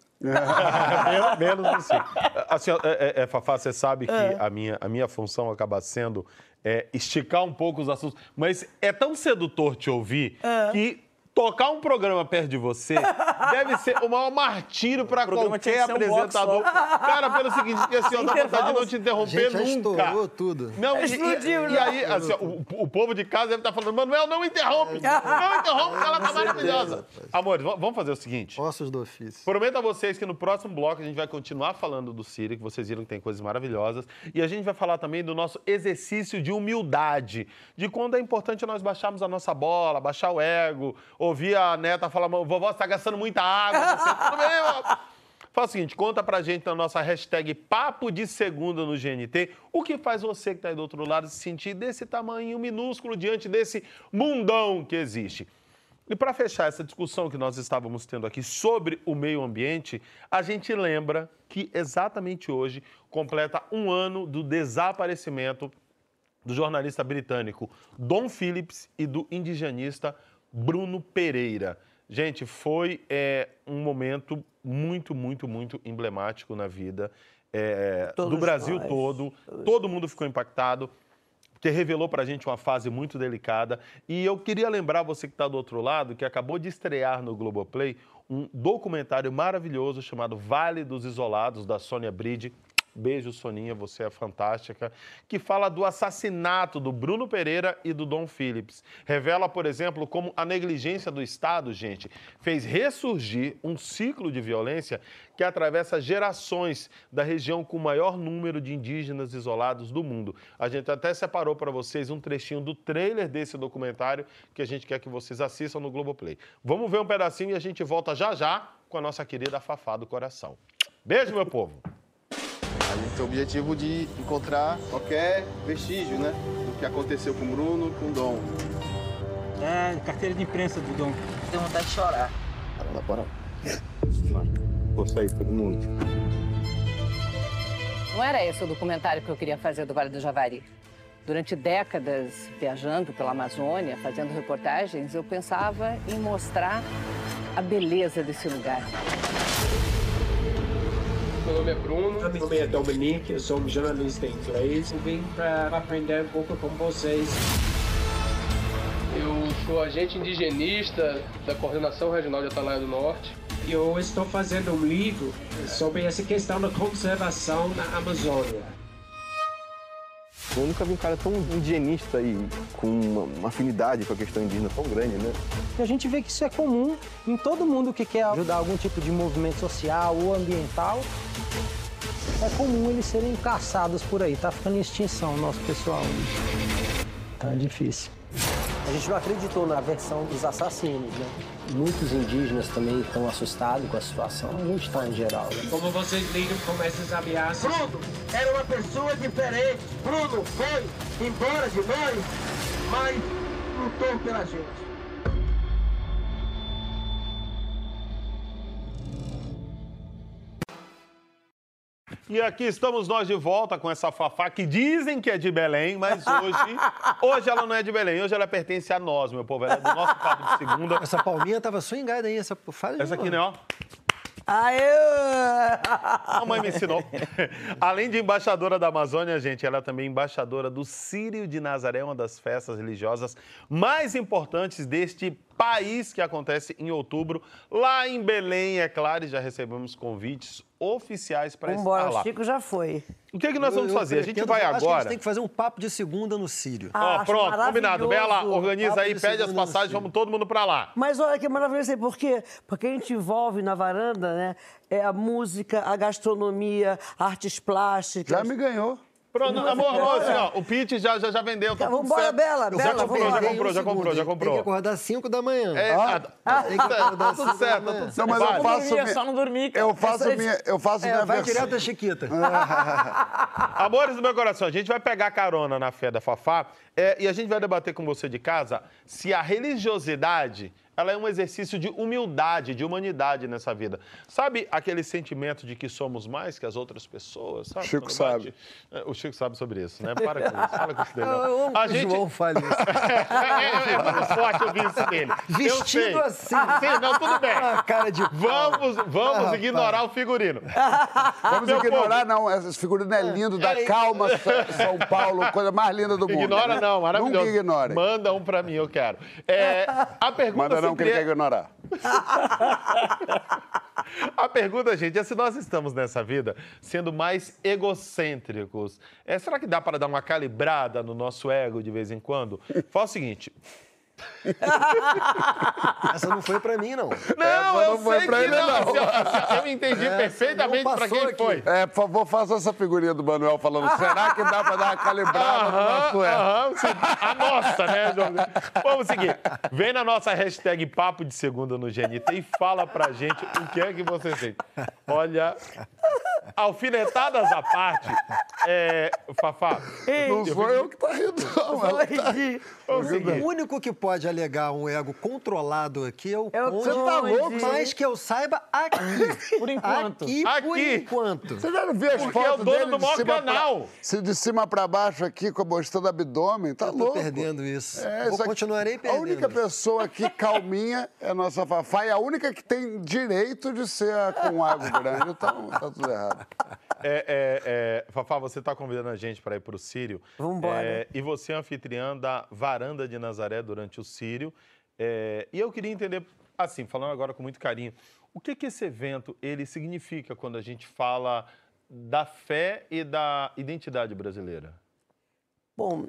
Menos no Sírio. Assim, Fafá, você sabe que a minha função acaba sendo esticar um pouco os assuntos, mas é tão sedutor te ouvir que tocar um programa perto de você deve ser o maior martírio para qualquer apresentador. Cara, pelo seguinte, porque assim, eu dá vontade de não te interromper nunca. Estourou tudo. Não, e aí, assim, o povo de casa deve estar falando, Manuel, não interrompe. Não interrompe, ela tá maravilhosa. Amores, vamos fazer o seguinte. Ossos do ofício. Prometo a vocês que no próximo bloco a gente vai continuar falando do Sírio, que vocês viram que tem coisas maravilhosas. E a gente vai falar também do nosso exercício de humildade, de quando é importante nós baixarmos a nossa bola, baixar o ego, ouvir a neta falar, vovó, você tá gastando muita água, você tudo bem, ó. Fala o seguinte, conta pra gente na nossa hashtag Papo de Segunda no GNT, o que faz você que tá aí do outro lado se sentir desse tamanho minúsculo diante desse mundão que existe. E para fechar essa discussão que nós estávamos tendo aqui sobre o meio ambiente, a gente lembra que exatamente hoje completa 1 ano do desaparecimento do jornalista britânico Dom Phillips e do indigenista Bruno Pereira. Gente, foi um momento muito, muito, muito emblemático na vida do Brasil todo. Todo mundo ficou impactado, porque revelou pra gente uma fase muito delicada. E eu queria lembrar você que está do outro lado, que acabou de estrear no Globoplay um documentário maravilhoso chamado Vale dos Isolados, da Sônia Bride. Beijo, Soninha, você é fantástica, que fala do assassinato do Bruno Pereira e do Dom Phillips. Revela, por exemplo, como a negligência do Estado, gente, fez ressurgir um ciclo de violência que atravessa gerações da região com o maior número de indígenas isolados do mundo. A gente até separou para vocês um trechinho do trailer desse documentário que a gente quer que vocês assistam no Globoplay. Vamos ver um pedacinho e a gente volta já já com a nossa querida Fafá do Coração. Beijo, meu povo! A gente tem o objetivo de encontrar qualquer vestígio, né, do que aconteceu com o Bruno e com o Dom. Carteira de imprensa do Dom. Tenho vontade de chorar. Bora. Vou sair todo mundo. Não era esse o documentário que eu queria fazer do Vale do Javari. Durante décadas, viajando pela Amazônia, fazendo reportagens, eu pensava em mostrar a beleza desse lugar. Meu nome é Bruno. Meu nome é Dominique, eu sou um jornalista inglês. Eu vim para aprender um pouco com vocês. Eu sou agente indigenista da Coordenação Regional de Atalaia do Norte. Eu estou fazendo um livro sobre essa questão da conservação na Amazônia. Eu nunca vi um cara tão indigenista e com uma afinidade com a questão indígena tão grande, né? E a gente vê que isso é comum em todo mundo que quer ajudar algum tipo de movimento social ou ambiental. É comum eles serem caçados por aí. Tá ficando em extinção o nosso pessoal hoje. Tá difícil. A gente não acreditou na versão dos assassinos, né? Muitos indígenas também estão assustados com a situação. A gente está em geral, né? Como vocês lidam com essas ameaças? Bruno era uma pessoa diferente. Bruno foi embora de nós, mas lutou pela gente. E aqui estamos nós de volta com essa Fafá que dizem que é de Belém, mas hoje ela não é de Belém, hoje ela pertence a nós, meu povo, ela é do nosso Papo de Segunda. Essa palminha tava swingada aí, essa aqui, né, ó. Aê! A mãe me ensinou. Além de embaixadora da Amazônia, gente, ela é também embaixadora do Círio de Nazaré, uma das festas religiosas mais importantes deste país, que acontece em outubro, lá em Belém, é claro, e já recebemos convites oficiais para estar lá. O Chico já foi. O que é que nós vamos fazer? A gente vai agora... Acho que a gente tem que fazer um papo de segunda no Círio. Ó, pronto, combinado. Bela, organiza aí, pede as passagens, vamos todo mundo para lá. Mas olha que maravilhoso, por quê? Porque a gente envolve na varanda, né, a música, a gastronomia, artes plásticas. Já me ganhou. Pronto, amor, assim, ó, o pitch já vendeu. Tá vamos embora, Bela. Já comprou. Tem que acordar às 5 da manhã. Tem que acordar tudo certo. Não, mas eu faço... Só não dormir, cara. Eu faço minha vai versão. direto da Chiquita. Amores do meu coração, a gente vai pegar carona na fé da Fafá e a gente vai debater com você de casa se a religiosidade... ela é um exercício de humildade, de humanidade nessa vida. Sabe aquele sentimento de que somos mais que as outras pessoas? Sabe? Chico sabe. O Chico sabe sobre isso, né? Para com isso. Fala com isso dele. A gente... João fala isso. É muito forte ouvir isso dele. Vestido assim. Sim, não, tudo bem. Cara de... Vamos ignorar o figurino. Vamos ignorar, não. Esse figurino é lindo, da Calma, São Paulo, coisa mais linda do mundo. Ignora não, maravilhoso. Nunca ignore. Manda um pra mim, eu quero. A pergunta... Não, que ele quer ignorar. A pergunta, gente, é se nós estamos nessa vida sendo mais egocêntricos. Será que dá para dar uma calibrada no nosso ego de vez em quando? Fala o seguinte... Essa não foi pra mim, não. Não, eu foi sei pra que ele, não. Eu entendi perfeitamente pra quem foi. Por favor, faça essa figurinha do Manuel falando, será que dá pra dar uma calibrada no nosso ego? A nossa, né? Vamos seguir. Vem na nossa hashtag Papo de Segunda no GNT e fala pra gente o que é que você sente. Olha... Alfinetadas à parte, Fafá... Não sou eu que tá rindo, não. O único que pode alegar um ego controlado aqui é o Conde. Você tá louco? Mas que eu saiba, aqui. Por enquanto. Por enquanto. Você já não viu as Porque é o fotos dono dele do maior canal. de cima pra baixo aqui, mostrando o abdômen? Tá louco. Eu tô perdendo isso. Continuarei perdendo. A única pessoa aqui calminha é a nossa Fafá e a única que tem direito de ser com um ego grande. Então, tá tudo errado. Fafá, você está convidando a gente para ir para o Círio. Vamos embora. E você é anfitriã da Varanda de Nazaré durante o Círio. E eu queria entender, assim, falando agora com muito carinho, o que esse evento ele significa quando a gente fala da fé e da identidade brasileira? Bom,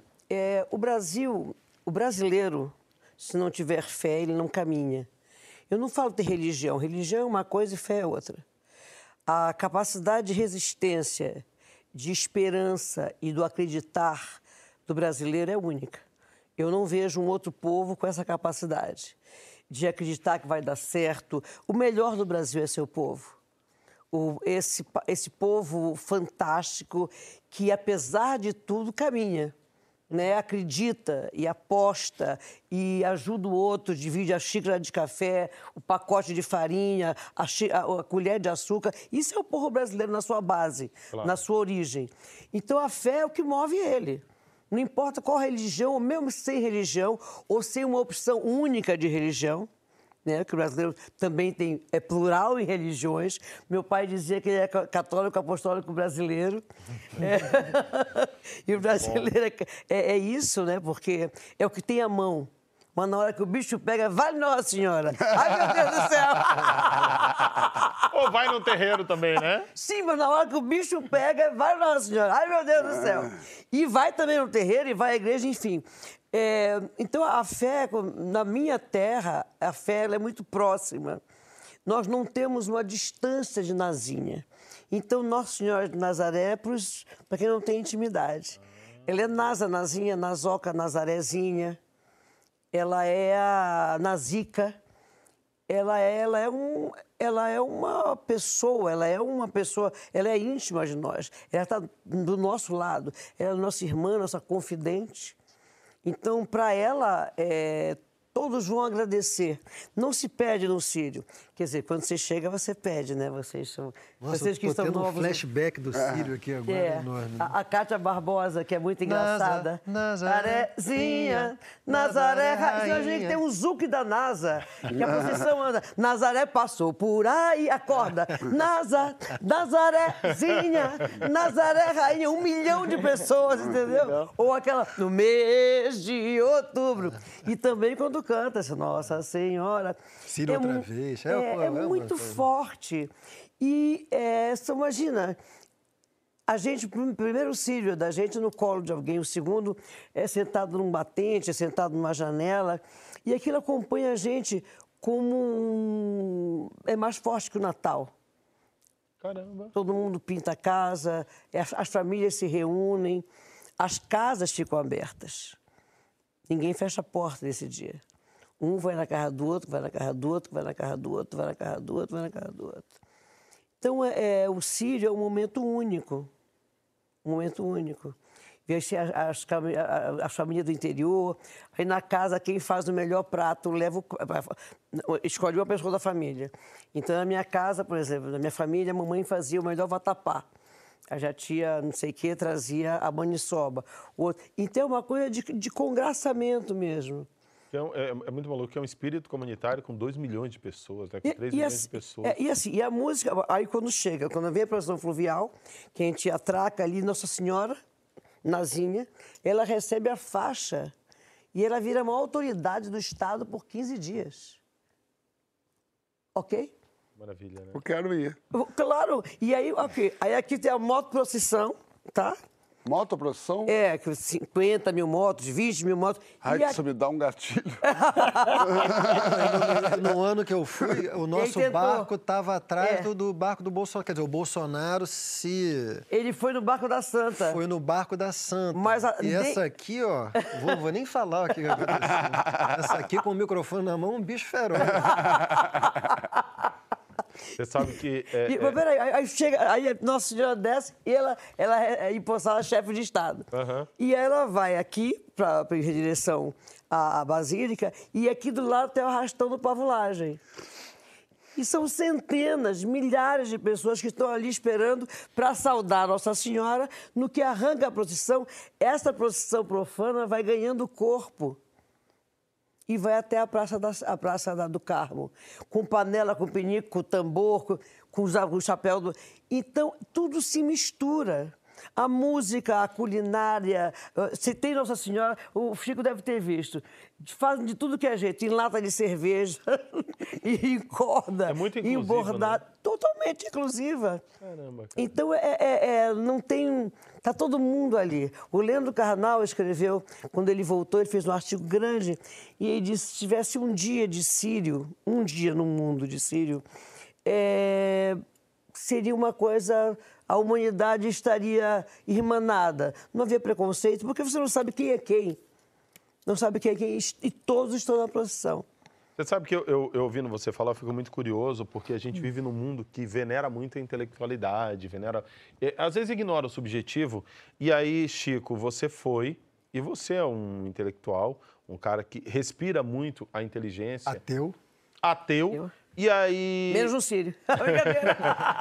o brasileiro, se não tiver fé, ele não caminha. Eu não falo de religião. Religião é uma coisa e fé é outra. A capacidade de resistência, de esperança e do acreditar do brasileiro é única. Eu não vejo um outro povo com essa capacidade de acreditar que vai dar certo. O melhor do Brasil é seu povo. Esse povo fantástico que, apesar de tudo, caminha. Né, acredita e aposta e ajuda o outro, divide a xícara de café, o pacote de farinha, a colher de açúcar. Isso é o povo brasileiro na sua base, claro, na sua origem. Então, a fé é o que move ele. Não importa qual religião, ou mesmo sem religião, ou sem uma opção única de religião, né? Que o brasileiro também é plural em religiões. Meu pai dizia que ele é católico apostólico brasileiro. E o brasileiro é isso, né? Porque é o que tem à mão. Mas na hora que o bicho pega, vai Nossa Senhora! Ai, meu Deus do céu! Ou vai no terreiro também, né? Sim, mas na hora que o bicho pega, vai Nossa Senhora! Ai, meu Deus do céu! E vai também no terreiro, e vai à igreja, enfim. Então, a fé, na minha terra, a fé ela é muito próxima. Nós não temos uma distância de Nazinha. Então, Nossa Senhora de Nazaré, para quem não tem intimidade. Ela é Nazinha, Nazoca, Nazarezinha. Ela é a Nazica, ela é uma pessoa, ela é íntima de nós, ela está do nosso lado, ela é nossa irmã, nossa confidente. Então, para ela, todos vão agradecer. Não se pede no Sírio. Quer dizer, quando você chega, você pede, né? Vocês que estão novos. Um flashback do Sírio aqui agora, enorme. A Cátia Barbosa, que é muito engraçada. Nazarézinha, Nazaré, a gente tem um zuque da NASA, que a procissão anda. Nazaré passou por aí, acorda. Nazarézinha, Nazaré, rainha, 1 milhão de pessoas, entendeu? Ou aquela, no mês de outubro. E também quando canta essa Nossa Senhora. Sírio outra vez. É muito forte. E você imagina, a gente, o primeiro Sírio da gente no colo de alguém, o segundo é sentado num batente, é sentado numa janela, e aquilo acompanha a gente como é mais forte que o Natal. Caramba! Todo mundo pinta a casa, as famílias se reúnem, as casas ficam abertas. Ninguém fecha a porta nesse dia. Um vai na casa do outro, vai na casa do outro, vai na casa do outro, vai na casa do outro, vai na casa do outro. Então, o Sírio é um momento único. Um momento único. Vê as famílias do interior, aí na casa quem faz o melhor prato escolhe uma pessoa da família. Então, na minha casa, por exemplo, na minha família, a mamãe fazia o melhor vatapá. A tia, não sei o quê, trazia a maniçoba. Então, é uma coisa de congraçamento mesmo. É muito maluco, que é um espírito comunitário com 2 milhões de pessoas, né? Com 3 milhões de pessoas. E a música, aí quando vem a procissão fluvial, que a gente atraca ali Nossa Senhora, Nazinha, ela recebe a faixa e ela vira uma autoridade do Estado por 15 dias. Ok? Maravilha, né? Eu quero ir. Claro. E aí, ok. Aí aqui tem a motoprocissão, tá? Motoprocissão? 50 mil motos, 20 mil motos. Ai, isso me dá um gatilho. No ano que eu fui, o nosso barco estava atrás do barco do Bolsonaro. Quer dizer, o Bolsonaro se... Ele foi no barco da Santa. Foi no barco da Santa. Essa aqui, ó, vou nem falar o que aconteceu. Essa aqui com o microfone na mão, um bicho feroz. Você sabe que... Mas peraí, aí Nossa Senhora desce e ela é empossada chefe de Estado. Uhum. E ela vai aqui, em direção à Basílica, e aqui do lado tem o arrastão do Pavulagem. E são centenas, milhares de pessoas que estão ali esperando para saudar Nossa Senhora. No que arranca a procissão, essa procissão profana vai ganhando corpo. E vai até a Praça do Carmo, com panela, com pinico, com tambor, com o chapéu. Então, tudo se mistura. A música, a culinária. Se tem Nossa Senhora, o Chico deve ter visto. Fazem de tudo que é jeito, em lata de cerveja, e em corda, é muito em bordado. Né? Totalmente inclusiva. Caramba, cara. Então, não tem... Está todo mundo ali. O Leandro Carnal escreveu, quando ele voltou, ele fez um artigo grande, e ele disse, se tivesse um dia de Sírio, um dia no mundo de Sírio, seria uma coisa... A humanidade estaria irmanada. Não havia preconceito, porque você não sabe quem é quem. Não sabe quem é quem, e todos estão na procissão. Você sabe que eu ouvindo você falar, eu fico muito curioso, porque a gente vive num mundo que venera muito a intelectualidade, às vezes ignora o subjetivo. E aí, Chico, você foi, e você é um intelectual, um cara que respira muito a inteligência. Ateu. E aí... Menos no Sírio. Brincadeira.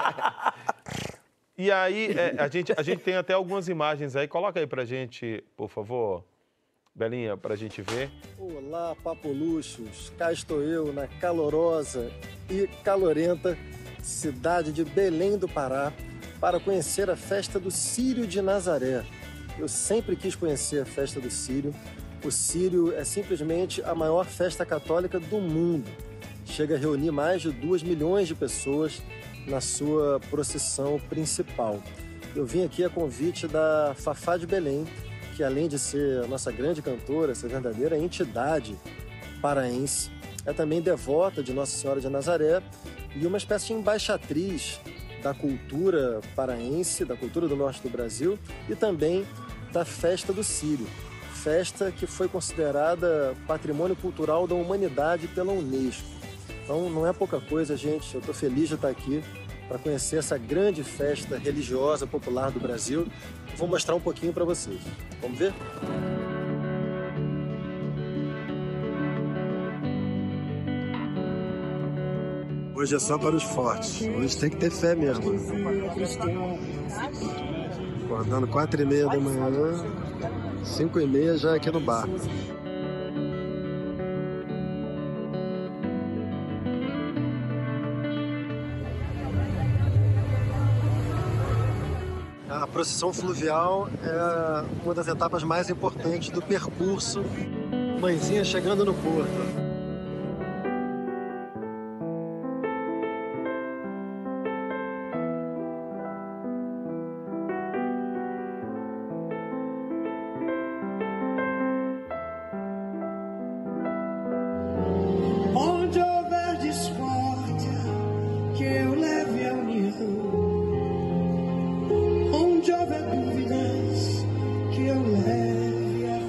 E aí, a gente tem até algumas imagens aí. Coloca aí pra gente, por favor. Belinha, para a gente ver. Olá, papoluxos! Cá estou eu na calorosa e calorenta cidade de Belém do Pará para conhecer a festa do Círio de Nazaré. Eu sempre quis conhecer a festa do Círio. O Círio é simplesmente a maior festa católica do mundo. Chega a reunir mais de 2 milhões de pessoas na sua procissão principal. Eu vim aqui a convite da Fafá de Belém, que além de ser a nossa grande cantora, essa verdadeira entidade paraense, é também devota de Nossa Senhora de Nazaré e uma espécie de embaixatriz da cultura paraense, da cultura do norte do Brasil e também da festa do Círio, festa que foi considerada patrimônio cultural da humanidade pela Unesco. Então não é pouca coisa, gente, eu estou feliz de estar aqui para conhecer essa grande festa religiosa popular do Brasil. Vou mostrar um pouquinho para vocês. Vamos ver? Hoje é só para os fortes. Hoje tem que ter fé mesmo. Acordando 4h30 da manhã, 5h30 já aqui no bar. A procissão fluvial é uma das etapas mais importantes do percurso. Mãezinha chegando no porto. Onde houver discórdia, que eu leve a união. Onde houver dúvidas, que eu leve a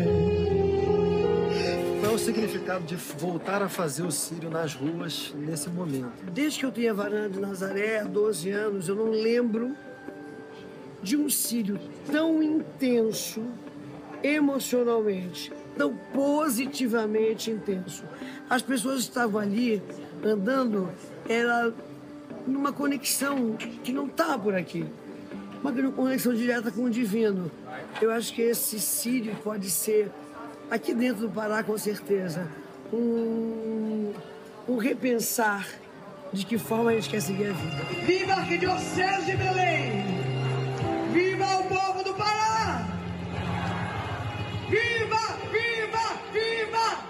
fé. Qual é o significado de voltar a fazer o Círio nas ruas nesse momento? Desde que eu tenho a varanda de Nazaré, há 12 anos, eu não lembro de um Círio tão intenso, emocionalmente, tão positivamente intenso. As pessoas estavam ali, andando, era numa conexão que não está por aqui. Uma conexão direta com o divino. Eu acho que esse Círio pode ser, aqui dentro do Pará, com certeza, um repensar de que forma a gente quer seguir a vida. Viva a Arquidiocese de Belém! Viva o povo do Pará! Viva, viva, viva!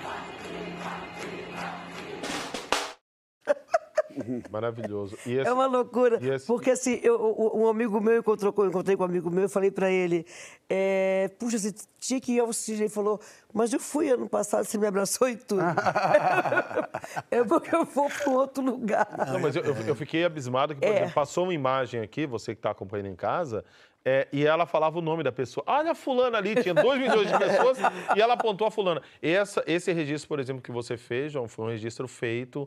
Maravilhoso. E É uma loucura, porque assim, um amigo meu, encontrei com um amigo meu, eu falei pra ele, puxa, você tinha que ir ao Círio. Ele falou, mas eu fui ano passado, você me abraçou e tudo. É porque eu vou para outro lugar. Não, mas eu fiquei abismado que, por exemplo, passou uma imagem aqui, você que está acompanhando em casa, e ela falava o nome da pessoa. Olha a fulana ali, tinha 2 milhões de pessoas e ela apontou a fulana. Esse registro, por exemplo, que você fez, João, foi um registro feito,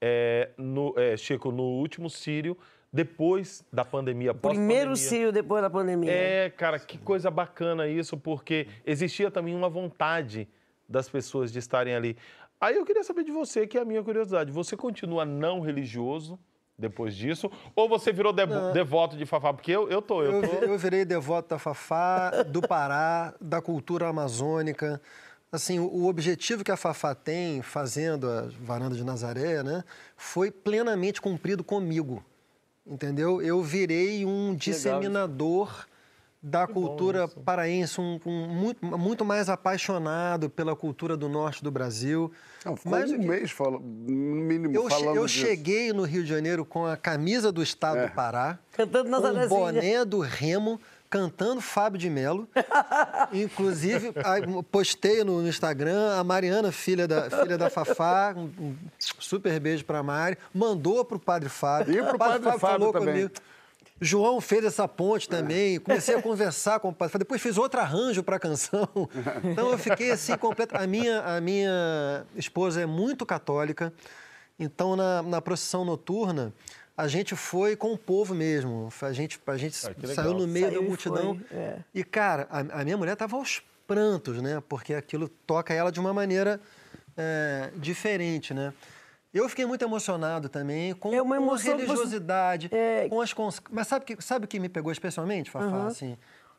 Chico, no último Círio, depois da pandemia, pós-pandemia. Primeiro Círio depois da pandemia. Cara, que coisa bacana isso, porque existia também uma vontade das pessoas de estarem ali. Aí eu queria saber de você, que é a minha curiosidade, você continua não religioso depois disso, ou você virou devoto de Fafá? Porque eu virei devoto da Fafá, do Pará, da cultura amazônica. Assim, o objetivo que a Fafá tem fazendo a varanda de Nazaré, né, foi plenamente cumprido comigo, entendeu? Eu virei um disseminador da cultura paraense, muito mais apaixonado pela cultura do norte do Brasil. Não, ficou um mês, no mínimo, falando eu disso. cheguei no Rio de Janeiro com a camisa do estado do Pará, cantando Nazarézinha, com o boné do Remo, cantando Fábio de Melo. Inclusive, postei no Instagram, a Mariana, filha da Fafá, um super beijo pra Mari, mandou pro Padre Fábio. E pro Padre Fábio falou também. Comigo. João fez essa ponte também, comecei a conversar com o Padre Fábio, depois fiz outro arranjo para a canção. Então eu fiquei assim completo. A minha esposa é muito católica, então na procissão noturna a gente foi com o povo mesmo. A gente saiu no meio da multidão. E, cara, a minha mulher estava aos prantos, né? Porque aquilo toca ela de uma maneira diferente, né? Eu fiquei muito emocionado também com a religiosidade, com as... Mas sabe o que me pegou especialmente, Fafá? Assim,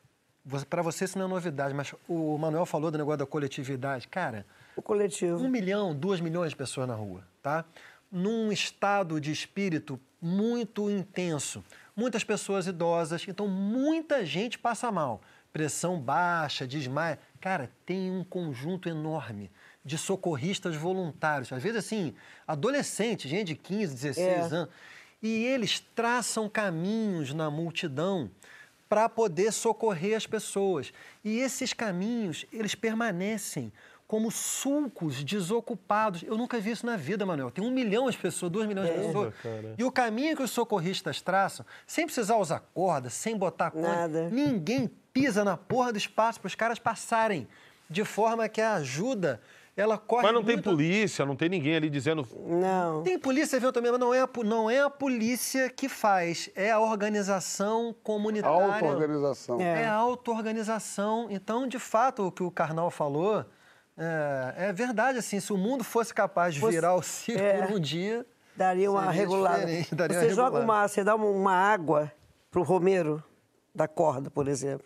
Para você isso não é novidade, mas o Manuel falou do negócio da coletividade. Cara, o coletivo. 1 milhão, 2 milhões de pessoas na rua, tá? Num estado de espírito muito intenso. Muitas pessoas idosas, então muita gente passa mal. Pressão baixa, desmaia. Cara, tem um conjunto enorme de socorristas voluntários. Às vezes, assim, adolescentes, gente de 15, 16 anos. E eles traçam caminhos na multidão para poder socorrer as pessoas. E esses caminhos, eles permanecem como sulcos desocupados. Eu nunca vi isso na vida, Manuel. Tem 1 milhão de pessoas, 2 milhões de pessoas. Cara. E o caminho que os socorristas traçam, sem precisar usar corda, sem botar corda, ninguém pisa na porra do espaço para os caras passarem. De forma que a ajuda, ela corre. Mas não tem polícia, não tem ninguém ali dizendo... Não. Tem polícia eventualmente, mas não é a polícia que faz, é a organização comunitária. Auto-organização. É a auto-organização. Então, de fato, o que o Karnal falou é verdade. Assim, se o mundo fosse capaz de virar o ciclo por um dia... Daria uma regulada. Você dá uma água para o romeiro da corda, por exemplo.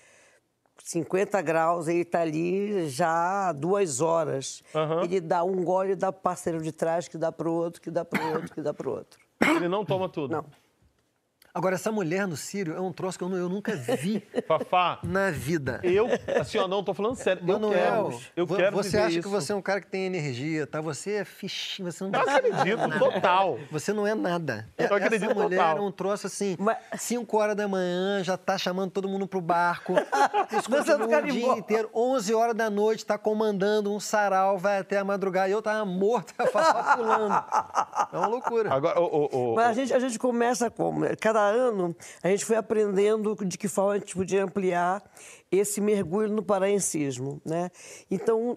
50 graus, ele está ali já há 2 horas. Ele dá um gole e dá para o parceiro de trás, que dá para o outro, que dá para o outro, que dá para o outro. Ele não toma tudo? Não. Agora, essa mulher no Sírio é um troço que eu nunca vi Fafá, na vida. Assim, ó, não, tô falando sério. Manuel, eu quero você viver acha isso. que você é um cara que tem energia, tá? Você é fichinho, você não... Eu acredito, total. Você não é nada. Eu acredito essa mulher total. é um troço assim, 5 horas da manhã, já tá chamando todo mundo pro barco. Isso continua o dia inteiro. 11 horas da noite, tá comandando um sarau, vai até a madrugada. E eu tava morto, pulando. É uma loucura. Agora, Mas a gente começa como? Cada ano a gente foi aprendendo de que forma a gente podia ampliar esse mergulho no paraencismo, né? Então,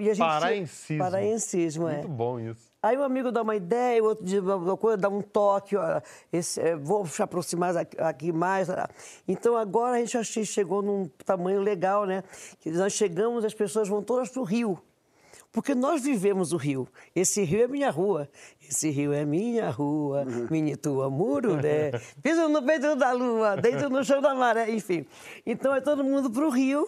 paraencismo, Muito bom isso. Aí um amigo dá uma ideia, o outro diz uma coisa, dá um toque, ó, vou se aproximar aqui mais. Então, agora a gente já chegou num tamanho legal, né? Que nós chegamos, as pessoas vão todas para o rio. Porque nós vivemos o rio. Esse rio é minha rua. Esse rio é minha rua. Minha tua mururé. Piso no peito da lua, deito no chão da maré. Enfim. Então é todo mundo para o rio.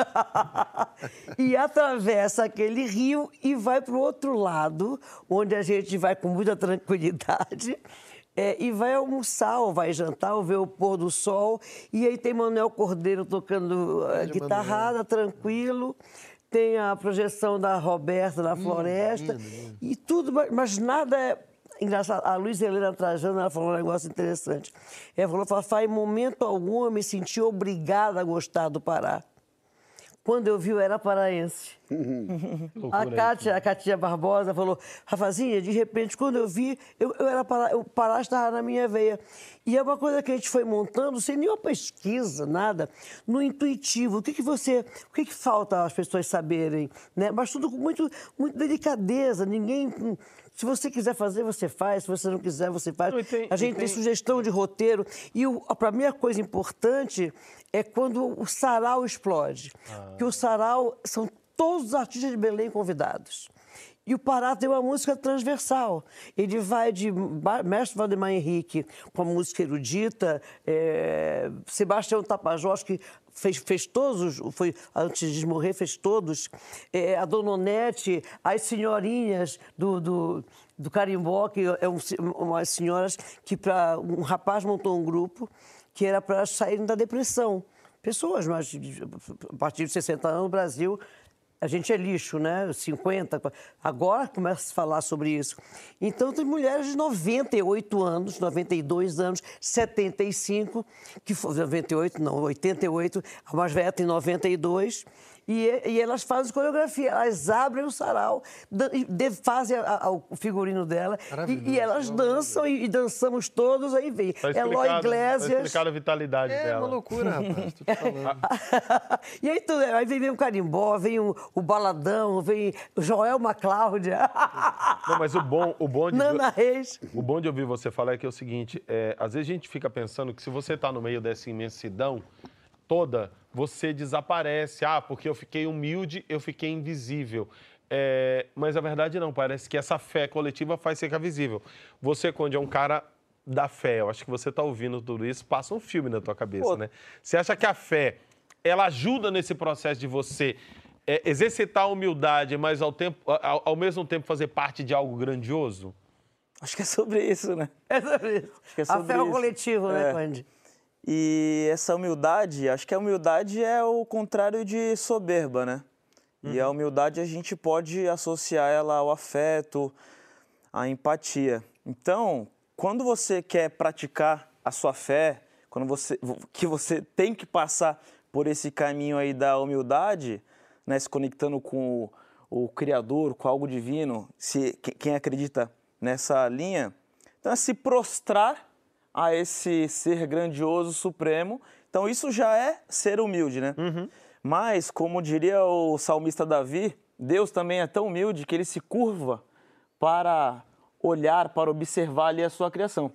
E atravessa aquele rio e vai para o outro lado, onde a gente vai com muita tranquilidade. E vai almoçar, ou vai jantar, ou ver o pôr do sol. E aí tem Manuel Cordeiro tocando guitarrada, tranquilo. Tem a projeção da Roberta na floresta. E tudo, mas nada é engraçado. A Luiz Helena Trajano, ela falou um negócio interessante. Ela falou, Fafá, em momento algum eu me senti obrigada a gostar do Pará. Quando eu vi, eu era paraense. A Cátia Barbosa falou, Rafazinha, de repente, quando eu vi, o Pará estava na minha veia. E é uma coisa que a gente foi montando sem nenhuma pesquisa, nada, no intuitivo. O que falta as pessoas saberem, né? Mas tudo com muito delicadeza. Ninguém... Se você quiser fazer, você faz. Se você não quiser, você faz. A gente tem sugestão de roteiro. E, para mim, a coisa importante é quando o sarau explode. Porque o sarau são todos os artistas de Belém convidados. E o Pará tem uma música transversal. Ele vai de Mestre Valdemar Henrique, com a música erudita, Sebastião Tapajós, que fez todos, antes de morrer, fez todos, a Dona Onete, as senhorinhas do Carimbó, que umas senhoras que um rapaz montou um grupo que era para saírem da depressão. Pessoas, mas a partir de 60 anos no Brasil... A gente é lixo, né? 50. Agora começa a se falar sobre isso. Então, tem mulheres de 98 anos, 92 anos, 75, que 98, não, 88, a mais velha tem 92, e elas fazem coreografia, elas abrem o sarau, fazem o figurino dela, e elas dançam, e dançamos todos, aí vem Eloy Iglesias. Tá explicado a vitalidade dela. É uma loucura, rapaz, tô te falando. E aí vem o carimbó, vem o baladão, vem o Joel Macláudia. Não, mas o bom de... Nana Reis. O bom de ouvir você falar é que é o seguinte, às vezes a gente fica pensando que se você está no meio dessa imensidão toda, você desaparece. Porque eu fiquei humilde, eu fiquei invisível. Mas a verdade não, parece que essa fé coletiva faz ficar visível. Você, quando é um cara da fé, eu acho que você está ouvindo tudo isso, passa um filme na tua cabeça, né? Você acha que a fé ela ajuda nesse processo de você exercitar a humildade, mas ao mesmo tempo fazer parte de algo grandioso? Acho que é sobre isso, né? É sobre isso. Acho que é sobre a fé é o isso. coletivo, né, Conde? E essa humildade, acho que a humildade é o contrário de soberba, né? E a humildade a gente pode associar ela ao afeto, à empatia. Então, quando você quer praticar a sua fé, que você tem que passar por esse caminho aí da humildade, né, se conectando com o Criador, com algo divino, quem acredita nessa linha, então é se prostrar a esse ser grandioso, supremo. Então isso já é ser humilde, né? Mas, como diria o salmista Davi, Deus também é tão humilde que ele se curva para olhar, para observar ali a sua criação.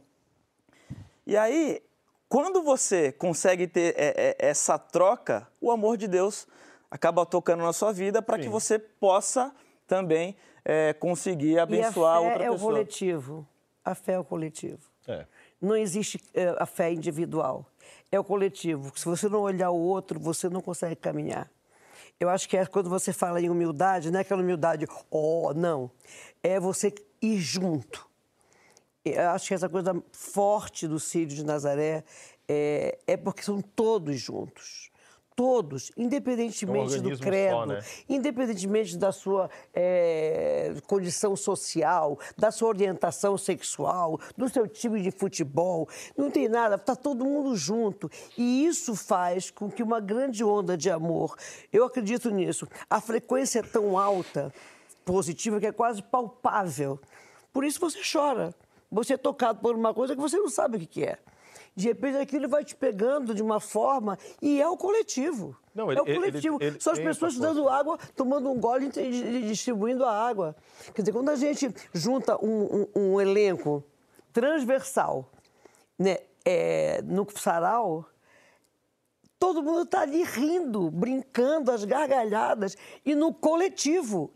E aí, quando você consegue ter essa troca, o amor de Deus acaba tocando na sua vida para que você possa também conseguir abençoar outra pessoa. E a fé é o coletivo. A fé é o coletivo. Não existe a fé individual. É o coletivo. Se você não olhar o outro, você não consegue caminhar. Eu acho que quando você fala em humildade, não é aquela humildade, não. É você ir junto. Eu acho que essa coisa forte do Círio de Nazaré é porque são todos juntos. Todos, independentemente do credo, só, né? Independentemente da sua condição social, da sua orientação sexual, do seu time de futebol, não tem nada, está todo mundo junto. E isso faz com que uma grande onda de amor, eu acredito nisso, a frequência é tão alta, positiva, que é quase palpável. Por isso você chora. Você é tocado por uma coisa que você não sabe o que é. De repente, aquilo vai te pegando de uma forma e é o coletivo. Não, é o coletivo. São as pessoas dando água, tomando um gole e distribuindo a água. Quer dizer, quando a gente junta um elenco transversal, né, no sarau, todo mundo está ali rindo, brincando, as gargalhadas, e no coletivo.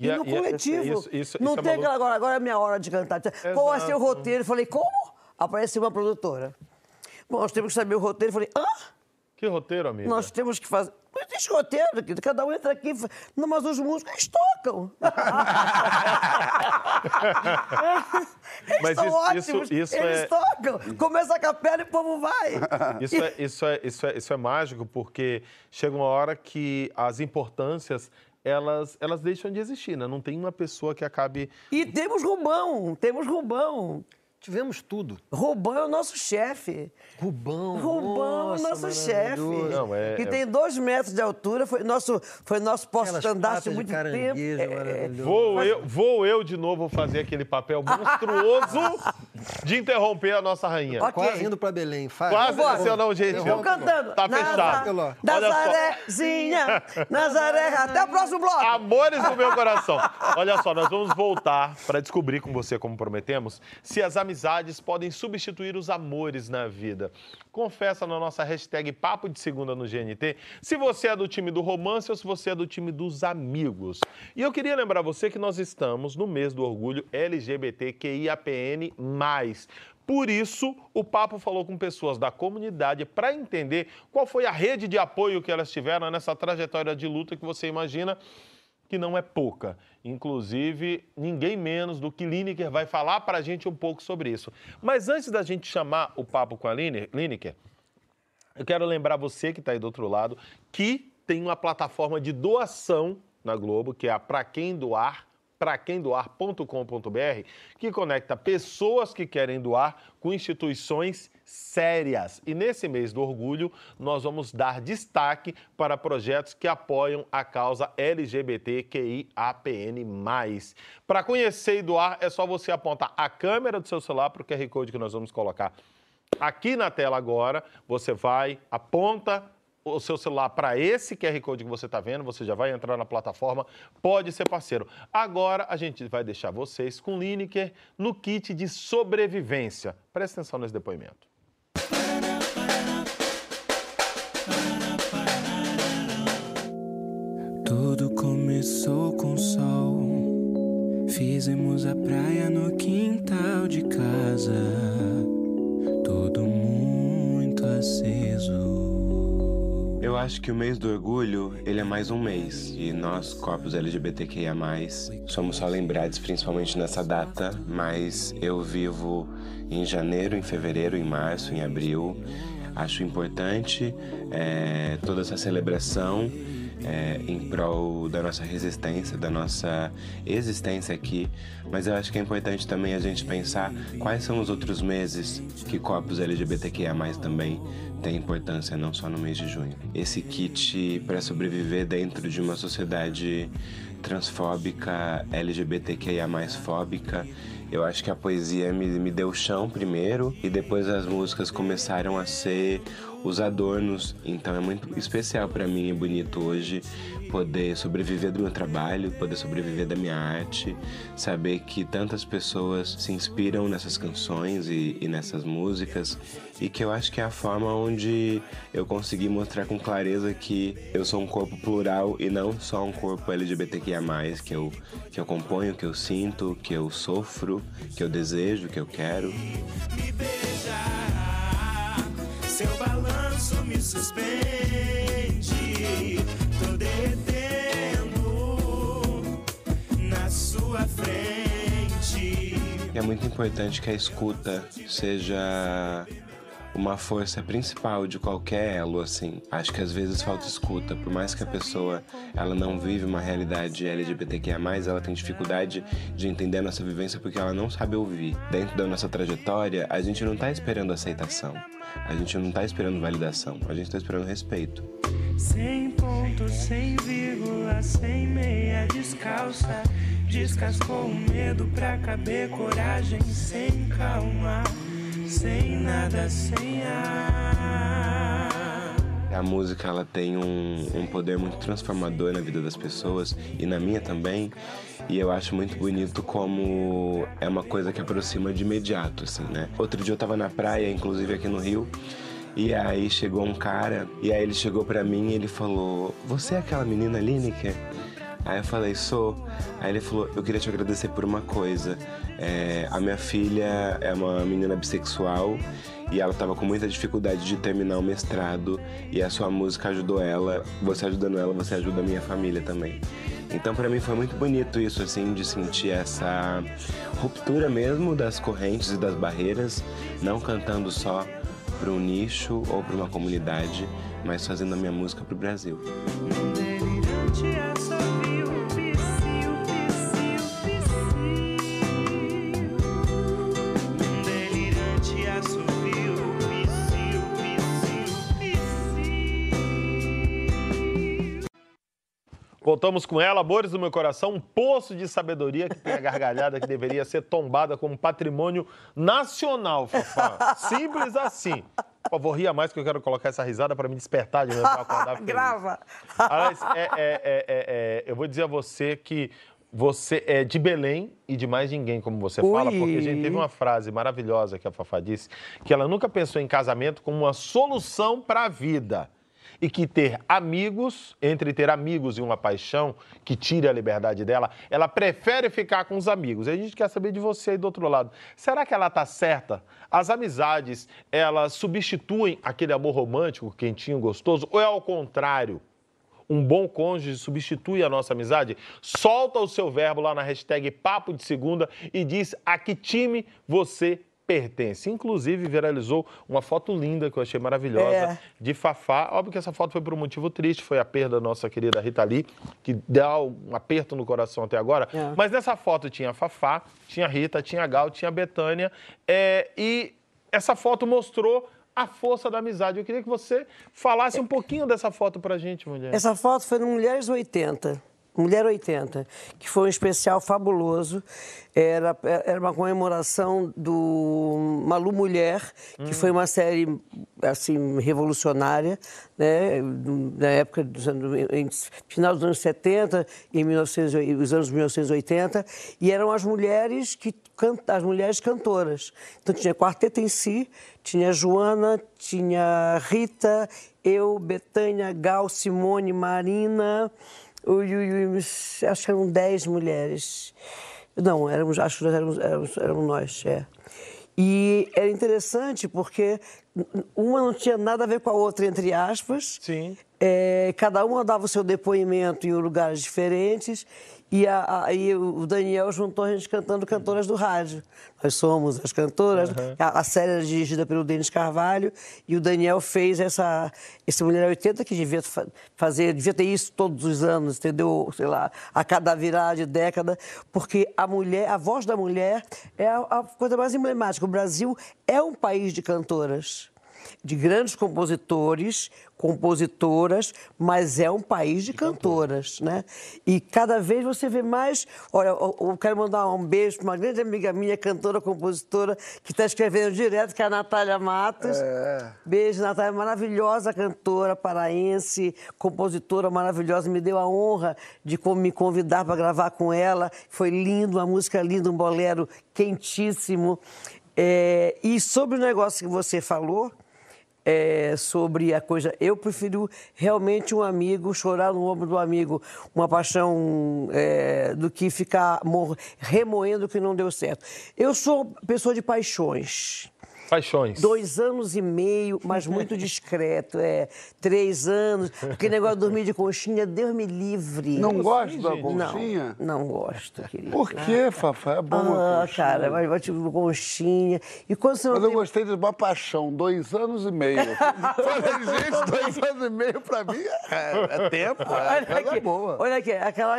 Não tem aquela, agora é minha hora de cantar. Qual é seu roteiro? Eu falei, como? Apareceu uma produtora. Bom, nós temos que saber o roteiro. Eu falei, Que roteiro, amigo? Nós temos que fazer... Não existe roteiro, cada um entra aqui... Não, mas os músicos, eles tocam. Eles são ótimos, eles tocam. Começa a capela e o povo vai. Isso é mágico, porque chega uma hora que as importâncias... Elas deixam de existir, né? Não tem uma pessoa que acabe... E temos Rubão. Tivemos tudo. Rubão é o nosso chefe. Rubão é o nosso chefe. Não, que tem 2 metros de altura, foi nosso posto-estandarte há muito tempo. Vou eu de novo fazer aquele papel monstruoso de interromper a nossa rainha. Okay. Quase indo pra Belém. Quase, não, gente. Vamos cantando. Tá fechado. Nazarézinha, Nazaré. Até o próximo bloco. Amores do meu coração. Olha só, nós vamos voltar para descobrir com você, como prometemos, se as amizades podem substituir os amores na vida. Confessa na nossa hashtag Papo de Segunda no GNT se você é do time do romance ou se você é do time dos amigos. E eu queria lembrar você que nós estamos no mês do orgulho LGBTQIAPN+. Por isso, o Papo falou com pessoas da comunidade para entender qual foi a rede de apoio que elas tiveram nessa trajetória de luta que você imagina que não é pouca. Inclusive, ninguém menos do que Lineker vai falar para a gente um pouco sobre isso. Mas antes da gente chamar o papo com a Lineker, eu quero lembrar você que está aí do outro lado que tem uma plataforma de doação na Globo, que é a Pra Quem Doar, praquemdoar.com.br, que conecta pessoas que querem doar com instituições sérias. E nesse mês do orgulho, nós vamos dar destaque para projetos que apoiam a causa LGBTQIAPN+. Para conhecer e doar, é só você apontar a câmera do seu celular para o QR Code que nós vamos colocar aqui na tela agora. Você vai, aponta o seu celular para esse QR Code que você está vendo, você já vai entrar na plataforma, pode ser parceiro. Agora a gente vai deixar vocês com Lineker no kit de sobrevivência. Presta atenção nesse depoimento. Tudo começou com sol, fizemos a praia no quintal de casa, tudo muito aceso. Eu acho que o mês do orgulho, ele é mais um mês. E nós, corpos LGBTQIA+, somos só lembrados principalmente nessa data, mas eu vivo em janeiro, em fevereiro, em março, em abril. Acho importante toda essa celebração em prol da nossa resistência, da nossa existência aqui. Mas eu acho que é importante também a gente pensar quais são os outros meses que corpos LGBTQIA+, também tem importância, não só no mês de junho. Esse kit para sobreviver dentro de uma sociedade transfóbica, LGBTQIA+, fóbica, eu acho que a poesia me deu chão primeiro e depois as músicas começaram a ser os adornos. Então é muito especial para mim e bonito hoje poder sobreviver do meu trabalho, poder sobreviver da minha arte, saber que tantas pessoas se inspiram nessas canções e nessas músicas e que eu acho que é a forma onde eu consegui mostrar com clareza que eu sou um corpo plural e não só um corpo LGBTQIA+, que eu componho, que eu sinto, que eu sofro, que eu desejo, que eu quero. Me beija, seu balanço me suspende, tô derretendo na sua frente. É muito importante que a escuta seja uma força principal de qualquer elo, assim. Acho que às vezes falta escuta, por mais que a pessoa ela não vive uma realidade LGBTQIA+, ela tem dificuldade de entender a nossa vivência porque ela não sabe ouvir. Dentro da nossa trajetória, a gente não tá esperando aceitação, a gente não tá esperando validação, a gente tá esperando respeito. Sem ponto, sem vírgula, sem meia descalça, descascou o medo pra caber, coragem sem calma, sem nada, sem ar. A música ela tem um poder muito transformador na vida das pessoas e na minha também. E eu acho muito bonito como é uma coisa que aproxima de imediato, assim, né? Outro dia eu tava na praia, inclusive aqui no Rio, e aí chegou um cara, e aí ele chegou pra mim e ele falou: "Você é aquela menina Lineker?" Aí eu falei: "Sou." Aí ele falou: "Eu queria te agradecer por uma coisa. A minha filha é uma menina bissexual e ela estava com muita dificuldade de terminar o mestrado e a sua música ajudou ela. Você ajudando ela, você ajuda a minha família também." Então, para mim, foi muito bonito isso, assim, de sentir essa ruptura mesmo das correntes e das barreiras, não cantando só para um nicho ou para uma comunidade, mas fazendo a minha música para o Brasil. Voltamos com ela, amores do meu coração, um poço de sabedoria que tem a gargalhada que deveria ser tombada como patrimônio nacional, Fafá. Simples assim. Por favor, ria mais que eu quero colocar essa risada para me despertar de novo, para acordar feliz. Grava. Aliás, eu vou dizer a você que você é de Belém e de mais ninguém, como você fala, porque a gente teve uma frase maravilhosa que a Fafá disse, que ela nunca pensou em casamento como uma solução para a vida. E que ter amigos, entre ter amigos e uma paixão que tire a liberdade dela, ela prefere ficar com os amigos. E a gente quer saber de você aí do outro lado. Será que ela está certa? As amizades, elas substituem aquele amor romântico, quentinho, gostoso? Ou é ao contrário? Um bom cônjuge substitui a nossa amizade? Solta o seu verbo lá na hashtag Papo de Segunda e diz a que time você pertence. Inclusive, viralizou uma foto linda que eu achei maravilhosa de Fafá. Óbvio que essa foto foi por um motivo triste, foi a perda da nossa querida Rita Lee, que dá um aperto no coração até agora. Mas nessa foto tinha a Fafá, tinha a Rita, tinha a Gal, tinha a Bethânia. E essa foto mostrou a força da amizade. Eu queria que você falasse um pouquinho dessa foto pra gente, mulher. Essa foto foi no Mulheres 80. Mulher 80, que foi um especial fabuloso. Era uma comemoração do Malu Mulher, que foi uma série assim, revolucionária, né? Na época final dos anos 70 e os anos 1980, e eram as mulheres cantoras. Então tinha Quarteto em Si, tinha Joana, tinha Rita, eu, Bethânia, Gal, Simone, Marina. Acho que eram 10 mulheres. Não, acho que éramos nós, E era interessante porque uma não tinha nada a ver com a outra, entre aspas. Sim. Cada uma dava o seu depoimento em lugares diferentes e aí o Daniel juntou a gente cantando cantoras do rádio. Nós somos as cantoras. A série era dirigida pelo Denis Carvalho e o Daniel fez esse Mulher 80 que devia ter isso todos os anos, entendeu? Sei lá, a cada virada de década, porque a voz da mulher é a coisa mais emblemática. O Brasil é um país de cantoras, de grandes compositoras, mas é um país de cantoras, né? E cada vez você vê mais... Olha, eu quero mandar um beijo para uma grande amiga minha, cantora, compositora, que está escrevendo direto, que é a Natália Matos. Beijo, Natália, maravilhosa cantora, paraense, compositora maravilhosa, me deu a honra de me convidar para gravar com ela. Foi lindo, uma música linda, um bolero quentíssimo. E sobre o negócio que você falou... sobre a coisa... Eu prefiro realmente um amigo, chorar no ombro do amigo, uma paixão do que ficar remoendo o que não deu certo. Eu sou pessoa de paixões. Paixões. 2 anos e meio, mas muito discreto. 3 anos. Porque negócio de dormir de conchinha, Deus me livre. Não gosta da conchinha? Não gosto, querido. Por quê, Fafá? É bom a conchinha. Cara, vai tipo conchinha. E quando você não Mas eu gostei de uma paixão, 2 anos e meio. Falei, gente, 2 anos e meio pra mim é tempo, é coisa boa. Olha aqui,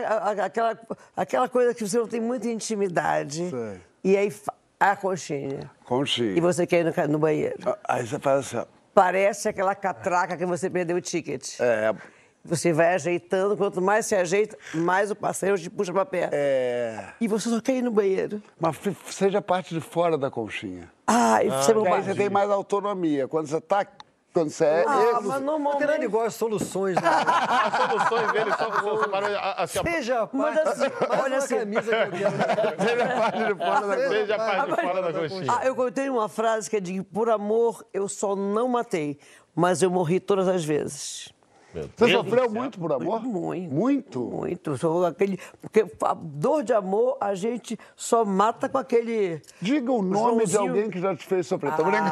aquela coisa que você não tem muita intimidade. Sei. E aí... A conchinha. Conchinha. E você quer ir no banheiro. Aí você faz assim, ó. Parece aquela catraca que você perdeu o ticket. Você vai ajeitando, quanto mais se ajeita, mais o parceiro te puxa pra perto. E você só quer ir no banheiro. Mas seja parte de fora da conchinha. Aí você tem mais autonomia. Quando você tá... Quando você é... mas normalmente... Ele gosta de soluções. Né? As soluções dele são assim... Seja parte... Olha assim... Seja parte de fora da conchinha. Seja parte de fora da conchinha. Eu tenho uma frase que é de: por amor, eu só não matei, mas eu morri todas as vezes. Você sofreu muito por amor? Muito. Muito? Muito. Porque a dor de amor a gente só mata com aquele... Diga o nome de alguém que já te fez sofrer. Tô brincando.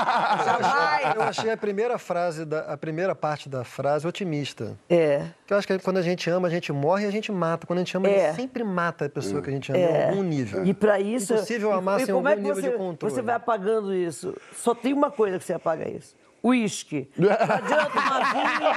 Eu achei a primeira parte da frase otimista. Que eu acho que quando a gente ama, a gente morre e a gente mata. Quando a gente ama, a gente sempre mata a pessoa que a gente ama em algum nível. E para isso... É impossível amar sem algum nível de controle. Você vai apagando isso. Só tem uma coisa que você apaga isso. Uísque. Não adianta tomar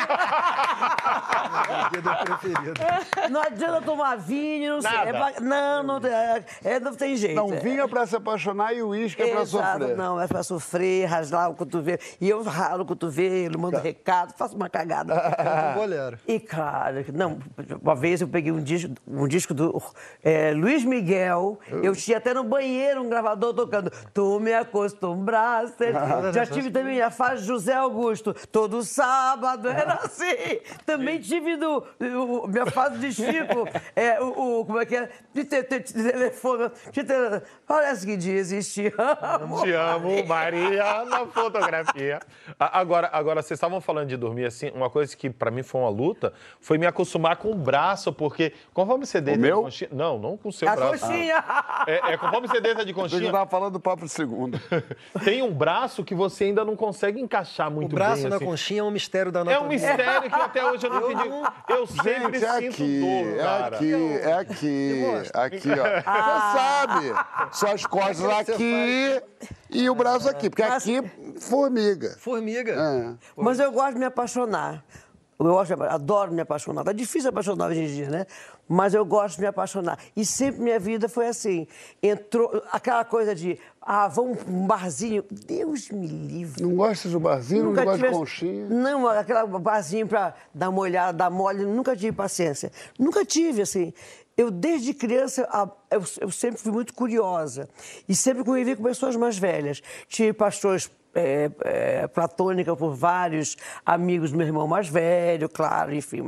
vinho. Não adianta tomar vinho, não sei. Não tem jeito. Não, vinho é pra se apaixonar e uísque é pra sofrer. Não, é pra sofrer, rasgar o cotovelo. E eu ralo o cotovelo, mando recado, faço uma cagada. Bolero. E, cara, uma vez eu peguei um disco do Luiz Miguel, eu tinha até no banheiro um gravador tocando Tu me acostumbraste. Já tive também a fase de José Augusto, todo sábado, era assim. Também tive minha fase de Chico, como é que é? De telefone. Parece que diz, te amo. Te amo, Maria, na fotografia. Agora, vocês estavam falando de dormir assim, uma coisa que pra mim foi uma luta, foi me acostumar com o braço, porque conforme você deita de conchinha... Não com o seu braço. A conchinha! Conforme você deita de conchinha... Eu tava falando do papo segundo. Tem um braço que você ainda não consegue encaixar muito bem. O braço assim. da conchinha é um mistério da anatomia. É um mistério que até hoje eu não entendi. Eu sempre sinto dor, cara. É aqui, ó. Você sabe. Suas costas aqui e o braço aqui. Porque aqui, formiga. Mas eu gosto de me apaixonar. Adoro me apaixonar. Tá difícil apaixonar hoje em dia, né? Mas eu gosto de me apaixonar. E sempre minha vida foi assim. Entrou aquela coisa de, vamos pra um barzinho. Deus me livre. Não gosta de um barzinho? Não gosta de conchinha? Não, aquele barzinho pra dar uma olhada, dar mole. Nunca tive paciência. Nunca tive, assim. Eu, desde criança, eu sempre fui muito curiosa. E sempre convivi com pessoas mais velhas. Tive paixões platônica por vários amigos do meu irmão mais velho, claro, enfim.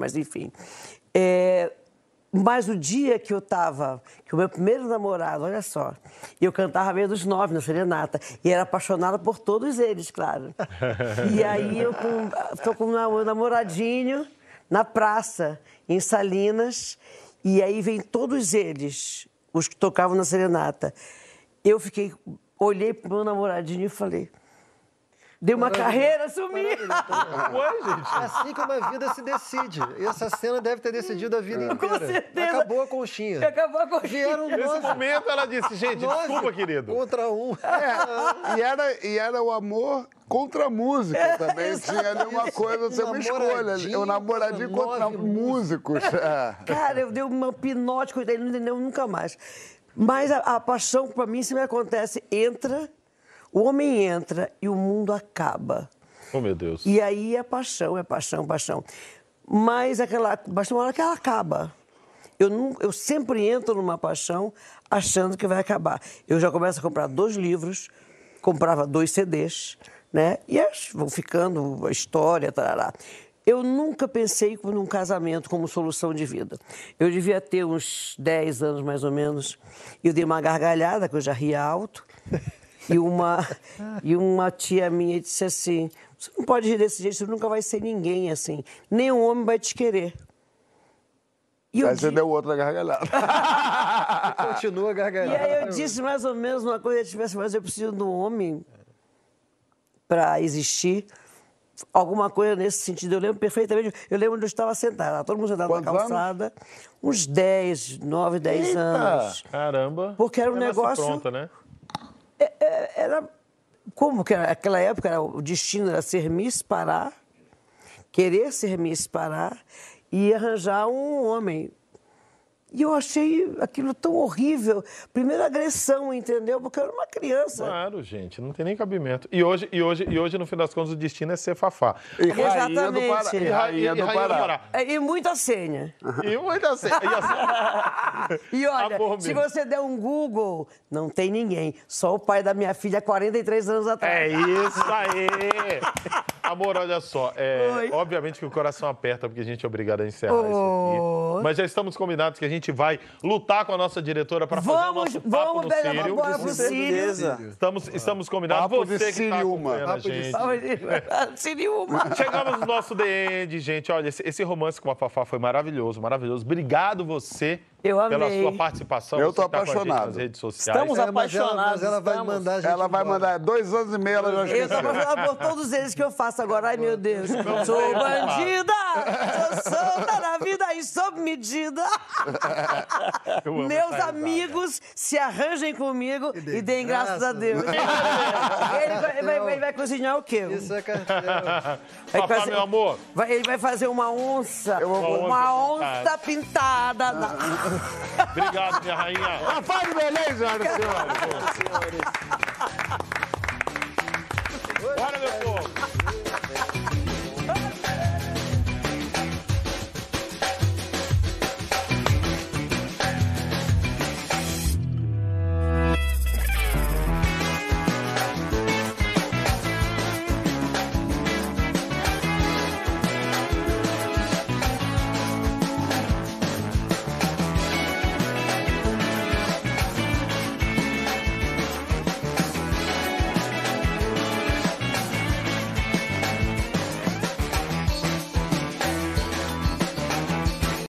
Mas o dia que que o meu primeiro namorado, olha só, eu cantava meio dos 9 na serenata, e era apaixonada por todos eles, claro. E aí eu tô com um namoradinho na praça, em Salinas, e aí vem todos eles, os que tocavam na serenata. Eu olhei pro meu namoradinho e falei... Dei uma carreira, sumi. Ué, gente. É assim como a vida se decide. E essa cena deve ter decidido a vida inteira. Com certeza. Acabou a conchinha. Acabou a conchinha. Vieram Nesse 9. momento ela disse, gente, 9 desculpa, querido. contra 1. E era o amor contra a música também. Tinha ali uma coisa, você uma escolha. O namoradinho contra músicos. Cara, eu dei uma hipnótica, ele não entendeu nunca mais. Mas a paixão, pra mim, sempre acontece, o homem entra e o mundo acaba. Oh, meu Deus. E aí é paixão. Mas aquela paixão, uma hora que ela acaba. Eu sempre entro numa paixão achando que vai acabar. Eu já começo a comprar 2 livros, comprava 2 CDs, né? E vão ficando a história, tarará. Eu nunca pensei num casamento como solução de vida. Eu devia ter uns 10 anos, mais ou menos. Eu dei uma gargalhada, que eu já ria alto. E uma tia minha disse assim, você não pode rir desse jeito, você nunca vai ser ninguém assim. Nenhum homem vai te querer. E aí você deu outra gargalhada. Continua gargalhando. E aí eu disse mais ou menos uma coisa, mas eu preciso de um homem para existir. Alguma coisa nesse sentido. Eu lembro perfeitamente. Eu lembro onde eu estava sentada. Todo mundo sentado na calçada. Uns 9, 10 anos. Caramba. Porque era um negócio... pronta, né? Era... Como que naquela época o destino era ser Miss Pará, querer ser Miss Pará e arranjar um homem. E eu achei aquilo tão horrível. Primeira agressão, entendeu? Porque eu era uma criança. Claro, gente, não tem nem cabimento. E hoje no fim das contas, o destino é ser Fafá. E rainha do Pará. E muita senha. E muita senha. E olha, se você der um Google, não tem ninguém. Só o pai da minha filha, 43 anos atrás. É isso aí! Amor, olha só. Obviamente que o coração aperta, porque a gente é obrigado a encerrar isso aqui. Mas já estamos combinados que a gente vai lutar com a nossa diretora para fazer o nosso papo no Sírio. Estamos combinados. Papo você que está acompanhando a gente. Chegamos no nosso The End, gente. Olha, esse romance com a Fafá foi maravilhoso, maravilhoso. Obrigado você pela sua participação. Eu tô você tá com a gente apaixonado. nas redes sociais. Estamos apaixonados. Mas ela vai mandar a gente Ela vai mandar 2 anos e meio, ela já Eu tô esqueceu. apaixonada por todos eles que eu faço agora. Ai, meu Deus. Sou bandida, sou solta na vida e sob medida. Meus amigos se arranjem comigo e deem graças a Deus. Ele vai cozinhar o quê? Isso é cartel. Fafá, meu amor. Ele vai fazer uma onça. Uma onça pintada. Obrigado, minha rainha. Fafá de Belém, senhoras e senhores. Bora, meu povo.